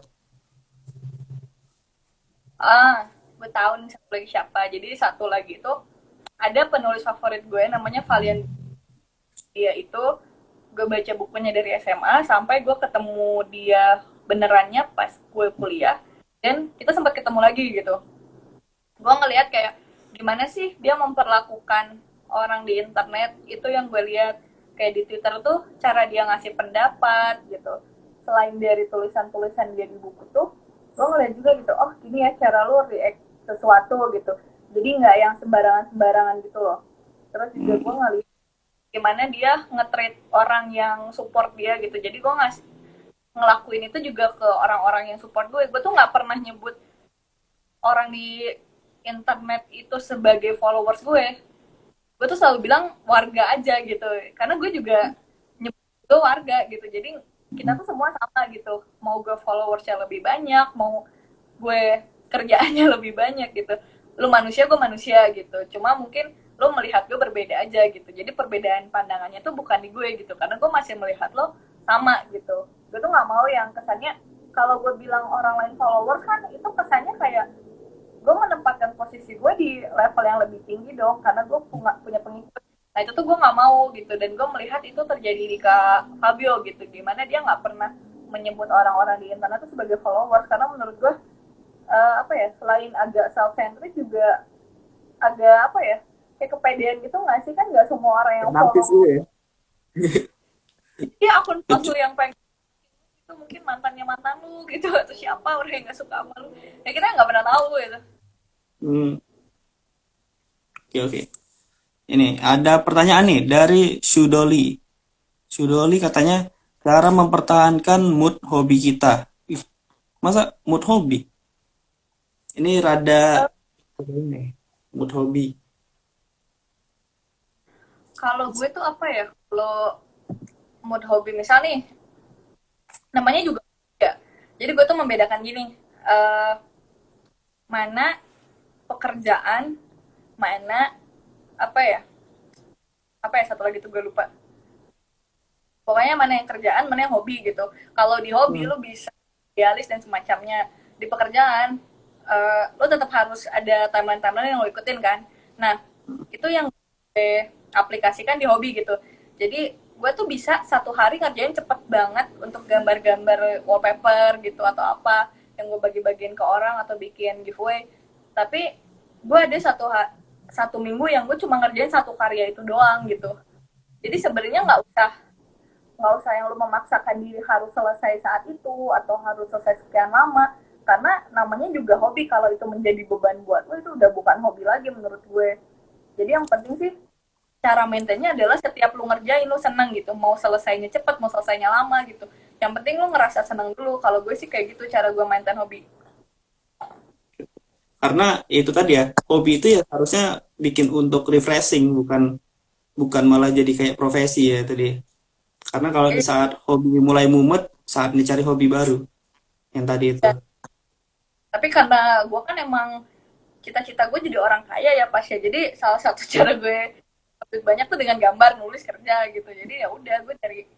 Gue tahu nih satu lagi siapa. Jadi satu lagi itu ada penulis favorit gue namanya Valian. Dia itu gue baca bukunya dari SMA sampai gue ketemu dia benerannya pas gue kuliah, dan kita sempat ketemu lagi gitu. Gue ngelihat kayak gimana sih dia memperlakukan orang di internet. Itu yang gue lihat kayak di Twitter tuh cara dia ngasih pendapat gitu. Selain dari tulisan-tulisan dia di buku tuh, gue ngeliat juga gitu, oh gini ya cara lu react sesuatu gitu. Jadi nggak yang sembarangan-sembarangan gitu loh. Terus juga gue ngeliat gimana dia nge-treat orang yang support dia gitu. Jadi gue ngelakuin itu juga ke orang-orang yang support gue. Gue tuh nggak pernah nyebut orang di internet itu sebagai followers gue. Gue tuh selalu bilang warga aja gitu, karena gue juga nyebut gue warga gitu. Jadi kita tuh semua sama gitu, mau gue followersnya lebih banyak, mau gue kerjaannya lebih banyak gitu, lu manusia gue manusia gitu. Cuma mungkin lu melihat gue berbeda aja gitu. Jadi perbedaan pandangannya tuh bukan di gue gitu, karena gue masih melihat lo sama gitu. Gue tuh nggak mau yang kesannya kalau gue bilang orang lain followers kan itu kesannya kayak gue menempatkan posisi gue di level yang lebih tinggi dong, karena gue punya pengikut. Nah itu tuh gue nggak mau gitu. Dan gue melihat itu terjadi di Kak Fabio gitu, gimana dia nggak pernah menyebut orang-orang di internet itu sebagai followers, karena menurut gue apa ya, selain agak self centric juga agak apa ya, kayak kepedean gitu nggak sih. Kan nggak semua orang yang Narsis gue follow ya. ya akun palsu yang pengen itu mungkin mantannya mantan lu gitu, atau siapa orang yang nggak suka sama lu, ya kita nggak pernah tahu gitu. Hmm, oke oke. Ini ada pertanyaan nih dari Sudoli. Sudoli katanya cara mempertahankan mood hobi kita. Ih, masa mood hobi? Ini rada ini mood hobi. Kalau gue tuh apa ya, kalau mood hobi misal nih, namanya juga ya. Jadi gue tuh membedakan gini, eh mana pekerjaan, mana apa ya, apa ya satu lagi tuh gue lupa. Pokoknya mana yang kerjaan, mana yang hobi gitu. Kalau di hobi Hmm. lu bisa idealis dan semacamnya. Di pekerjaan lu tetap harus ada timeline-timeline yang lo ikutin kan. Nah itu yang gue aplikasikan di hobi gitu. Jadi gue tuh bisa satu hari ngerjain cepet banget untuk gambar-gambar wallpaper gitu atau apa yang gue bagi-bagiin ke orang atau bikin giveaway. Tapi gue ada satu minggu yang gue cuma ngerjain satu karya itu doang gitu. Jadi sebenarnya nggak usah yang lu memaksakan diri harus selesai saat itu atau harus selesai sekian lama, karena namanya juga hobi. Kalau itu menjadi beban buat lu, itu udah bukan hobi lagi menurut gue. Jadi yang penting sih cara maintainnya adalah setiap lu ngerjain lu seneng gitu, mau selesainya cepet mau selesainya lama gitu, yang penting lu ngerasa seneng dulu. Kalau gue sih kayak gitu cara gue maintain hobi. Karena itu tadi ya, hobi itu ya harusnya bikin untuk refreshing, bukan bukan malah jadi kayak profesi ya tadi. Karena kalau di saat hobi mulai mumet, saat cari hobi baru yang tadi itu. Tapi karena gue kan emang cita-cita gue jadi orang kaya ya pas ya, jadi salah satu cara gue lebih banyak tuh dengan gambar, nulis, kerja gitu. Jadi ya udah gue cari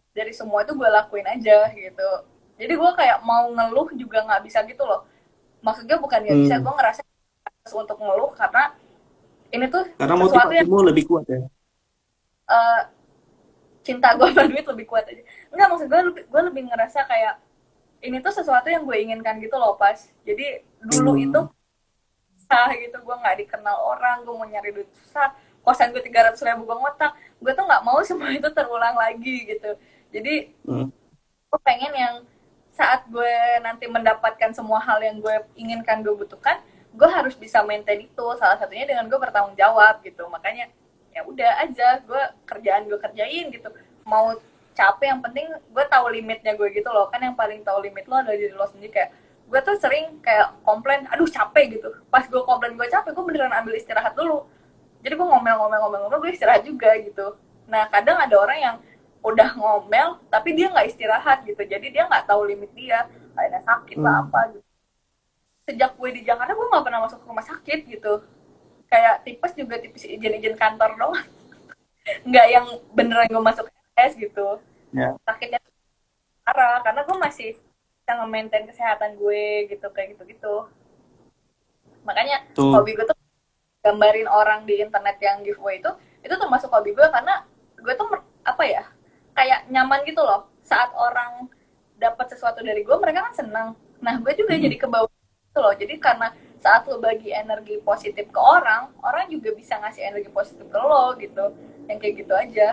dari semua itu gue lakuin aja gitu. Jadi gue kayak mau ngeluh juga nggak bisa gitu loh. Maksudnya bukan nggak bisa, gue ngerasa untuk ngeluh karena ini tuh Karena sesuatu yang motivasimu lebih kuat ya. uh, cinta gue sama duit lebih kuat aja. Enggak, maksud gue lebih ngerasa kayak ini tuh sesuatu yang gue inginkan gitu loh pas. Jadi dulu itu Hmm. susah gitu, gue nggak dikenal orang, gue mau nyari duit susah, kosan gue 300.000 gue ngotak, gue tuh nggak mau semua itu terulang lagi gitu. Jadi Hmm. gue pengen yang saat gue nanti mendapatkan semua hal yang gue inginkan, gue butuhkan, gue harus bisa maintain itu, salah satunya dengan gue bertanggung jawab gitu. Makanya ya udah aja, gue kerjaan gue kerjain gitu, mau capek yang penting gue tahu limitnya gue gitu loh. Kan yang paling tahu limit lo adalah diri lo sendiri. Kayak gue tuh sering kayak komplain, aduh capek gitu, pas gue komplain gue capek, gue beneran ambil istirahat dulu. Jadi gue ngomel-ngomel gue istirahat juga gitu. Nah kadang ada orang yang udah ngomel tapi dia nggak istirahat gitu, jadi dia nggak tahu limit dia, kayaknya sakit lah Hmm. apa gitu. Sejak gue di Jakarta gue nggak pernah masuk rumah sakit gitu, kayak tipes juga tipes izin-izin kantor doang, nggak yang beneran gue masuk S gitu. Ya. Sakitnya parah karena gue masih bisa nge-maintain kesehatan gue gitu, kayak gitu-gitu. Makanya Tuh. hobi gue tuh gambarin orang di internet yang giveaway itu termasuk hobi gue karena gue tuh apa ya, kayak nyaman gitu loh saat orang dapat sesuatu dari gue, mereka kan seneng, nah gue juga Hmm. jadi kebawa gitu loh. Jadi karena saat lo bagi energi positif ke orang, orang juga bisa ngasih energi positif ke lo gitu, yang kayak gitu aja.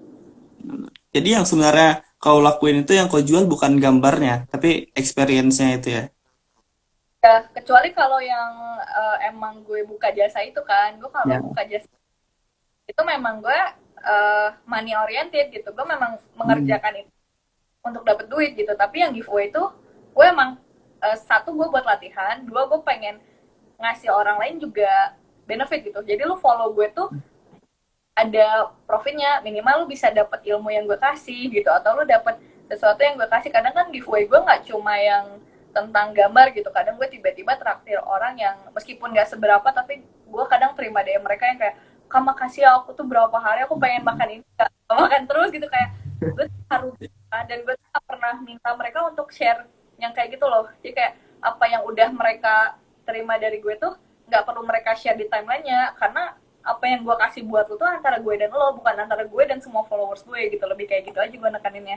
Jadi yang sebenarnya kau lakuin itu yang kau jual bukan gambarnya, tapi experience-nya itu ya. Ya kecuali kalau yang emang gue buka jasa itu kan, gue kalau Ya. buka jasa itu memang gue money oriented gitu, gue memang Hmm. mengerjakan itu untuk dapat duit gitu. Tapi yang giveaway itu gue emang satu, gue buat latihan, dua, gue pengen ngasih orang lain juga benefit gitu. Jadi lu follow gue tuh ada profitnya, minimal lu bisa dapat ilmu yang gue kasih gitu, atau lu dapat sesuatu yang gue kasih. Kadang kan giveaway gue nggak cuma yang tentang gambar gitu, kadang gue tiba-tiba traktir orang yang meskipun nggak seberapa, tapi gue kadang terima DM mereka yang kayak, kak makasih ya, aku tuh berapa hari aku pengen makan ini gak makan terus gitu, kayak gue haru. Dan gue tuh gak pernah minta mereka untuk share yang kayak gitu loh. Jadi kayak apa yang udah mereka terima dari gue tuh nggak perlu mereka share di timelinenya, karena apa yang gue kasih buat lo tuh antara gue dan lo, bukan antara gue dan semua followers gue gitu. Lebih kayak gitu aja gue nekaninnya.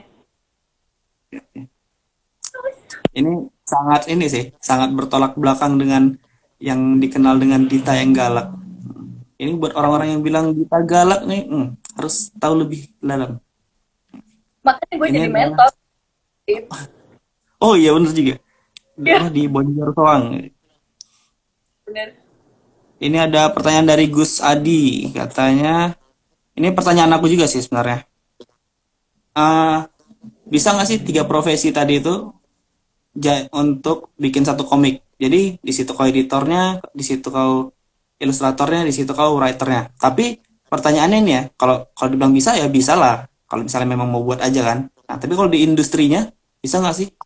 Ini sangat ini sih, sangat bertolak belakang dengan yang dikenal dengan Dita yang galak. Ini buat orang-orang yang bilang Dita galak nih, harus tahu lebih dalam. Makanya gue Ini jadi adalah, mentor gitu. oh iya bener juga, Ya apa di Bonjol Soang. bener. Ini ada pertanyaan dari Gus Adi, katanya, ini pertanyaan aku juga sih sebenarnya. Ah, bisa nggak sih tiga profesi tadi itu untuk bikin satu komik? Jadi di situ kau editornya, di situ kau ilustratornya, di situ kau writernya. Tapi pertanyaannya ini ya, kalau kalau dibilang bisa ya bisa lah. Kalau misalnya memang mau buat aja kan. Nah, tapi kalau di industrinya bisa nggak sih?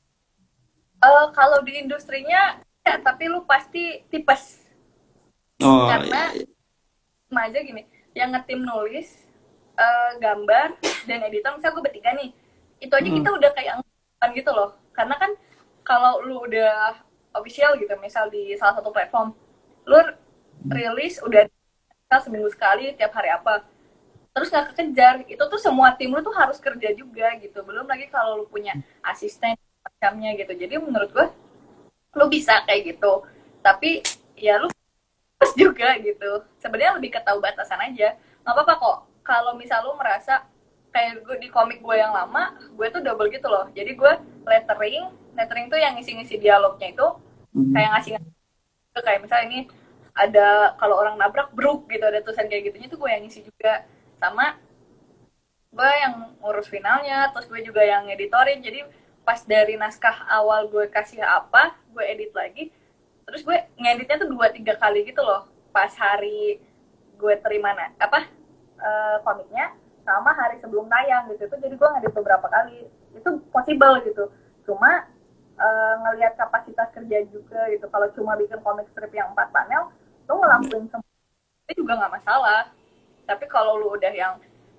Kalau di industrinya ya, tapi lu pasti tipes, Oh iya, karena iya. sama aja gini, yang ngetim nulis, gambar dan editor, misalnya gue bertiga nih, itu aja kita Mm, udah kayak anggapan gitu loh. Karena kan kalau lu udah official gitu, misal di salah satu platform, lu rilis udah seminggu sekali tiap hari apa, terus nggak kekejar, itu tuh semua tim lu tuh harus kerja juga gitu. Belum lagi kalau lu punya asisten macamnya gitu. Jadi menurut gue lu bisa kayak gitu, tapi ya lu harus juga gitu. Sebenarnya lebih ke tahu batasan aja. Nggak apa-apa kok kalau misal lu merasa kayak gue di komik gue yang lama, gue tuh double gitu loh. Jadi gue lettering, lettering tuh yang ngisi-ngisi dialognya itu mm, kayak ngasih, kayak misalnya ini ada kalau orang nabrak bruk gitu, ada tulisan kayak gitunya tuh gue yang ngisi juga. Sama gue yang ngurus finalnya, terus gue juga yang ngeditorin. Jadi pas dari naskah awal gue kasih apa, gue edit lagi, terus gue ngeditnya tuh 2-3 kali gitu loh pas hari gue terima komiknya, sama hari sebelum tayang gitu. Itu jadi gue ngedit beberapa kali, itu possible gitu. Cuma ngelihat kapasitas kerja juga gitu. Kalau cuma bikin komik strip yang 4 panel, lo ngelakuin semua itu juga nggak masalah. Tapi kalau lu udah yang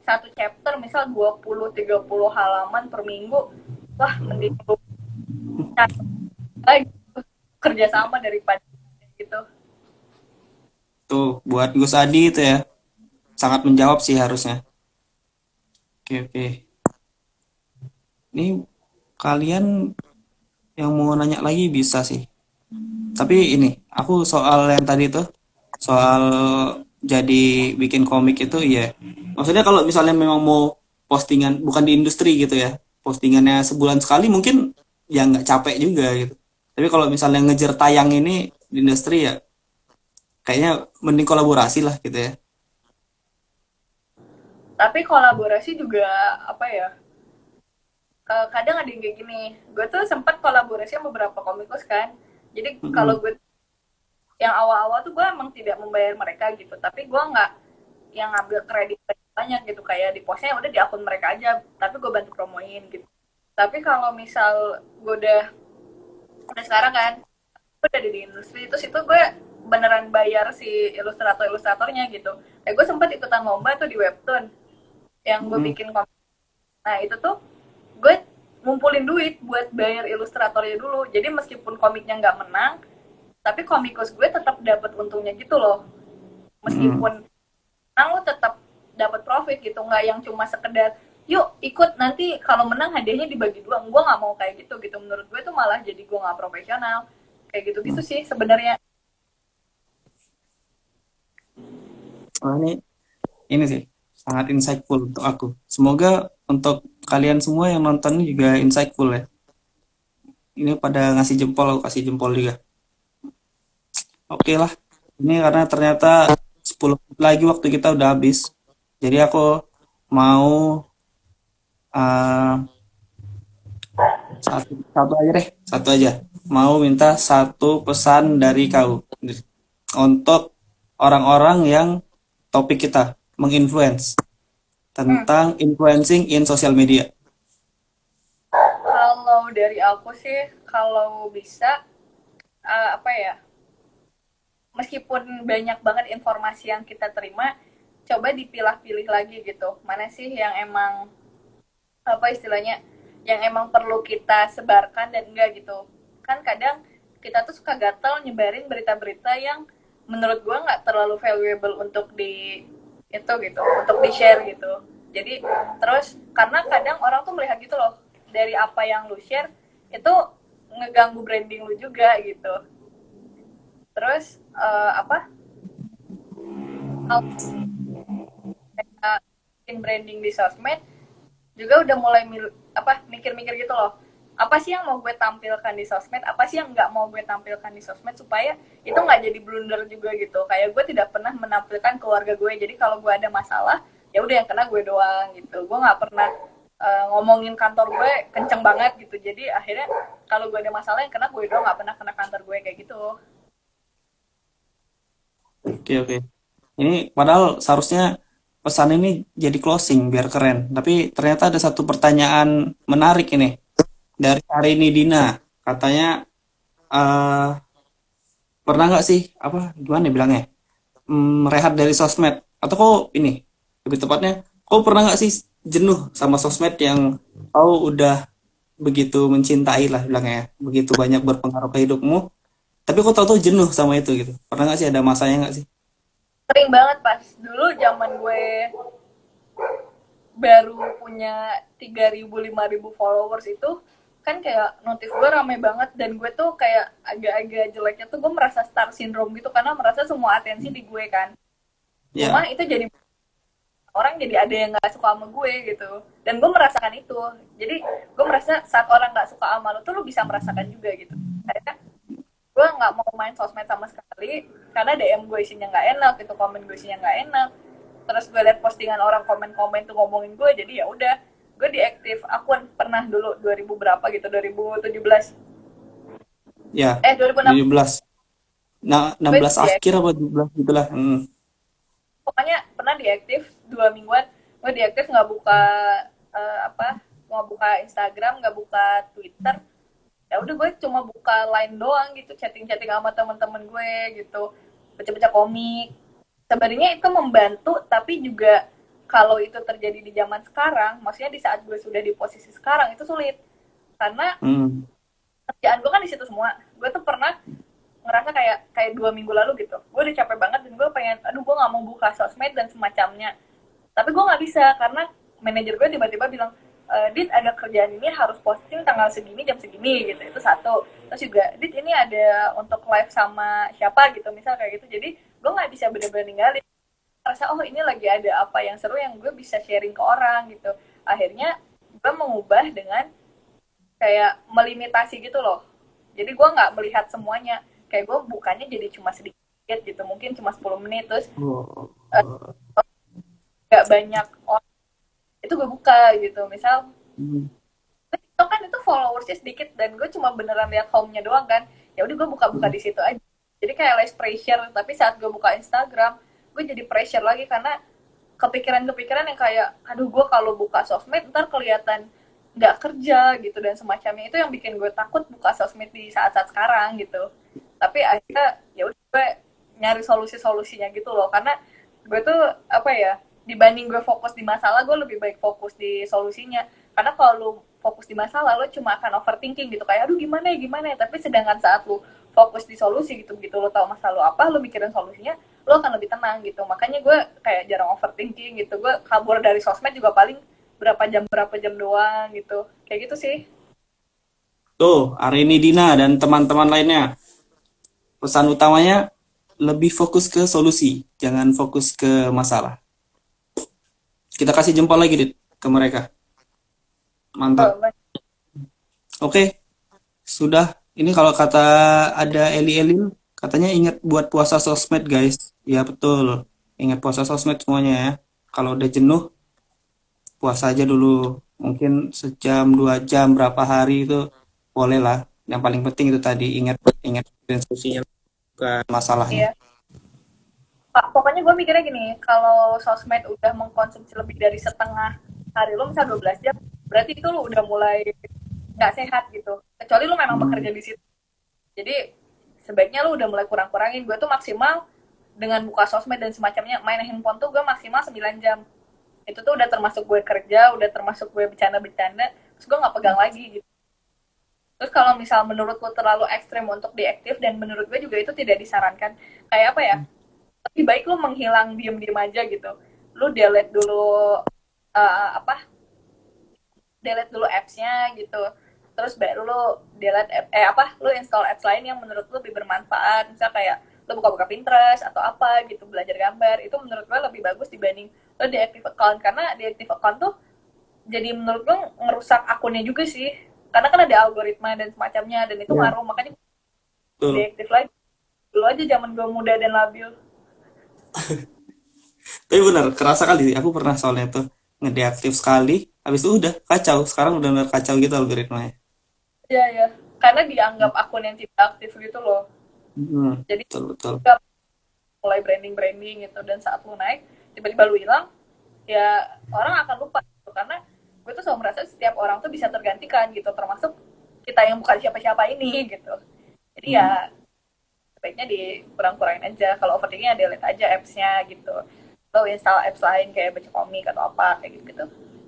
satu chapter misal 20-30 halaman per minggu, wah mending lu cari lagi kerja sama daripada gitu. Tuh, buat Gus Adi itu ya, sangat menjawab sih harusnya. Oke, oke. Ini kalian yang mau nanya lagi bisa sih. Tapi ini, aku soal yang tadi tuh, soal jadi bikin komik itu, iya. Maksudnya kalau misalnya memang mau postingan, bukan di industri gitu ya, postingannya sebulan sekali mungkin ya nggak capek juga gitu. Tapi kalau misalnya ngejar tayang ini di industri ya, kayaknya mending kolaborasi lah gitu ya. Tapi kolaborasi juga apa ya, kadang ada yang kayak gini, gue tuh sempat kolaborasi sama beberapa komikus kan, jadi kalau Mm-mm. gue yang awal-awal tuh gue emang tidak membayar mereka gitu, tapi gue nggak yang ngambil kredit banyak gitu, kayak di postnya udah di akun mereka aja, tapi gue bantu promoin gitu. Tapi kalau misal gue udah sekarang kan, gue udah di industri, terus itu gue beneran bayar si ilustratornya gitu. Kayak gue sempat ikutan lomba tuh di webtoon yang gue Mm-mm. bikin komik. Nah itu tuh gue ngumpulin duit buat bayar ilustratornya dulu. Jadi meskipun komiknya nggak menang, tapi komikus gue tetap dapat untungnya gitu loh. Mm-mm. Meskipun menang lo tetap dapat profit gitu, nggak yang cuma sekedar yuk ikut nanti kalau menang hadiahnya dibagi dua. Gue nggak mau kayak gitu gitu. Menurut gue itu malah jadi gue nggak profesional. Kayak gitu-gitu sih sebenarnya. Oh, ini sih sangat insightful untuk aku. Semoga untuk kalian semua yang nonton juga insightful ya. Ini pada ngasih jempol, aku kasih jempol juga. Oke lah. Ini karena ternyata 10 menit lagi waktu kita udah habis. Jadi aku mau uh, satu aja deh, satu aja. Mau minta satu pesan dari kau untuk orang-orang yang topik kita menginfluence Hmm. tentang influencing in social media. Kalau dari aku sih, kalau bisa apa ya, meskipun banyak banget informasi yang kita terima, coba dipilah-pilih lagi gitu. Mana sih yang emang apa istilahnya, yang emang perlu kita sebarkan dan enggak gitu. Kan kadang kita tuh suka gatel nyebarin berita-berita yang menurut gue nggak terlalu valuable untuk di itu gitu, untuk di share gitu. Jadi terus karena kadang orang tuh melihat gitu loh, dari apa yang lu share itu ngeganggu branding lu juga gitu. Terus apa, kalau bikin branding di sosmed juga udah mulai apa mikir-mikir gitu loh, apa sih yang mau gue tampilkan di sosmed, apa sih yang nggak mau gue tampilkan di sosmed, supaya itu nggak jadi blunder juga gitu. Kayak gue tidak pernah menampilkan keluarga gue, jadi kalau gue ada masalah ya udah yang kena gue doang gitu. Gue nggak pernah ngomongin kantor gue kenceng banget gitu, jadi akhirnya kalau gue ada masalah yang kena gue doang, nggak pernah kena kantor gue kayak gitu. Oke, oke. Ini padahal seharusnya pesan ini jadi closing biar keren. Tapi ternyata ada satu pertanyaan menarik ini dari Arini Dina. Katanya eh pernah nggak sih apa gimana ya bilangnya? Rehat dari sosmed atau kok ini lebih tepatnya kau pernah nggak sih jenuh sama sosmed yang kau udah begitu mencintai lah bilangnya ya, begitu banyak berpengaruh ke hidupmu tapi kau tahu-tahu jenuh sama itu gitu, pernah nggak sih, ada masanya nggak sih? Sering banget pas dulu zaman gue baru punya 3.000 5.000 followers itu, kan kayak notif gue rame banget, dan gue tuh kayak agak-agak jeleknya tuh gue merasa star syndrome gitu, karena merasa semua atensi di gue kan. Cuma Ya. itu jadi orang jadi ada yang nggak suka sama gue gitu, dan gue merasakan itu. Jadi gue merasa saat orang nggak suka sama lo tuh lo bisa merasakan juga gitu. Kayak gue nggak mau main sosmed sama sekali karena DM gue isinya nggak enak gitu, komen gue isinya nggak enak, terus gue liat postingan orang komen-komen tuh ngomongin gue, jadi ya udah gue diaktif akun pernah dulu 2000 berapa gitu, 2017 Ya, 2006 17. Nah, gue 16 diaktif, akhir apa 17 gitulah. pokoknya pernah diaktif 2 mingguan. Gue diaktif nggak buka apa, nggak buka Instagram, nggak buka Twitter, ya udah gue cuma buka line doang gitu, chatting-chatting sama teman-teman gue gitu, baca-baca komik. Sebenarnya itu membantu, tapi juga kalau itu terjadi di zaman sekarang, maksudnya di saat gue sudah di posisi sekarang itu sulit karena Hmm. kerjaan gue kan di situ semua. Gue tuh pernah ngerasa kayak 2 minggu lalu gitu, gue udah capek banget dan gue pengen, aduh gue nggak mau buka sosmed dan semacamnya, tapi gue nggak bisa karena manajer gue tiba-tiba bilang, Dit ada kerjaan ini harus posting tanggal segini jam segini gitu, itu satu. Terus juga Dit ini ada untuk live sama siapa gitu misal kayak gitu, jadi gue nggak bisa bener-bener ninggalin, rasa oh ini lagi ada apa yang seru yang gue bisa sharing ke orang gitu. Akhirnya gue mengubah dengan kayak melimitasi gitu loh, jadi gue nggak melihat semuanya, kayak gue bukannya jadi cuma sedikit gitu, mungkin cuma 10 menit, terus Oh. nggak banyak orang itu gue buka gitu, misal Hmm. TikTok kan itu followersnya sedikit dan gue cuma beneran lihat home-nya doang kan, ya udah gue buka-buka di situ aja, jadi kayak less pressure. Tapi saat gue buka Instagram gue jadi pressure lagi karena kepikiran-kepikiran yang kayak aduh gue kalau buka sosmed ntar kelihatan nggak kerja gitu dan semacamnya, itu yang bikin gue takut buka sosmed di saat-saat sekarang gitu. Tapi akhirnya ya udah gue nyari solusi-solusinya gitu loh, karena gue tuh apa ya, dibanding gue fokus di masalah gue lebih baik fokus di solusinya. Karena kalau lu fokus di masalah lo cuma akan overthinking gitu, kayak aduh gimana ya gimana ya, tapi sedangkan saat lu fokus di solusi gitu, gitu lo tahu masalah lo apa, lo mikirin solusinya, lo akan lebih tenang gitu. Makanya gue kayak jarang overthinking gitu, gue kabur dari sosmed juga paling berapa jam doang gitu, kayak gitu sih. Tuh, Arini Dina dan teman-teman lainnya. Pesan utamanya lebih fokus ke solusi, jangan fokus ke masalah. Kita kasih jempol lagi, Dit, ke mereka. Mantap. Oh, Oke, sudah. Ini kalau kata ada Eli Elin, katanya ingat buat puasa sosmed, guys. Ya, betul. Ingat puasa sosmed semuanya ya. Kalau udah jenuh, puasa aja dulu. Mungkin sejam, 2 jam, berapa hari itu boleh lah. Yang paling penting itu tadi, ingat ingat solusinya, bukan masalahnya. iya. Pak, pokoknya gue mikirnya gini, kalau sosmed udah mengkonsumsi lebih dari setengah hari lo, misal 12 jam, berarti itu lo udah mulai nggak sehat gitu. Kecuali lo memang Hmm. bekerja di situ. Jadi sebaiknya lo udah mulai kurang-kurangin. Gue tuh maksimal dengan buka sosmed dan semacamnya, main handphone tuh gue maksimal 9 jam. Itu tuh udah termasuk gue kerja, udah termasuk gue bercanda-bercanda, terus gue nggak pegang lagi gitu. Terus kalau misal menurut lo terlalu ekstrim untuk diaktif, dan menurut gue juga itu tidak disarankan. Kayak apa ya, lebih baik lu menghilang diem-diem aja gitu, lu delete dulu, apa, delete dulu apps-nya gitu, terus baru lu delete apa, lu install apps lain yang menurut lu lebih bermanfaat, misal kayak lu buka-buka Pinterest atau apa gitu, belajar gambar, itu menurut gue lebih bagus dibanding lu deactive account, karena deactive account tuh jadi menurut gue ngerusak akunnya juga sih, karena kan ada algoritma dan semacamnya, dan itu Ya, ngaruh, makanya betul. deactive lagi dulu aja zaman gue muda dan labil. Tapi benar, kerasa kali. Aku pernah soalnya tuh ngedeaktif sekali, habis itu udah kacau. Sekarang udah benar kacau gitu algoritmanya. Iya ya, karena dianggap akun yang tidak aktif gitu loh. Hmm, Jadi betul betul. nggak mulai branding gitu, dan saat lu naik tiba-tiba lu hilang, ya orang akan lupa gitu. Karena gue tuh selalu merasa setiap orang tuh bisa tergantikan gitu, termasuk kita yang bukan siapa-siapa ini gitu. Jadi Hmm, ya sebaiknya dikurang-kurangin aja. Kalau overthinking ya delete aja apps-nya gitu. Lo install apps lain kayak baca komik atau apa kayak gitu.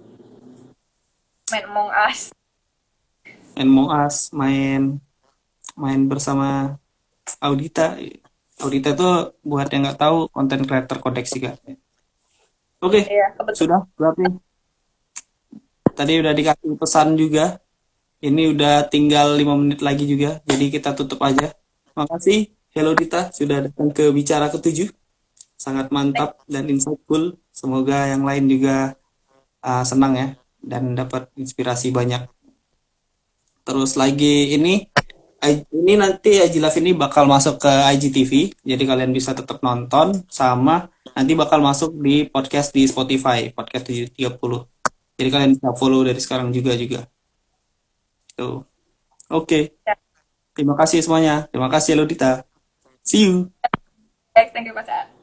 Main Among Us. main Moas, main main bersama Audita. Audita tuh buat yang nggak tahu konten creator Kodeks juga. Oke, Iya, kebetulan. sudah berarti tadi udah dikasih pesan juga. Ini udah tinggal 5 menit lagi juga, jadi kita tutup aja. Makasih, Hello Dita, sudah datang ke Bicara Ketujuh. Sangat mantap dan insightful. Semoga yang lain juga senang ya dan dapat inspirasi banyak. Terus lagi ini nanti Ajilaf ini bakal masuk ke IGTV, jadi kalian bisa tetap nonton sama nanti bakal masuk di podcast di Spotify, podcast 730. Jadi kalian bisa follow dari sekarang juga. Tuh. Oke, Ya, terima kasih semuanya. Terima kasih Lodita. See you. thank you Mas.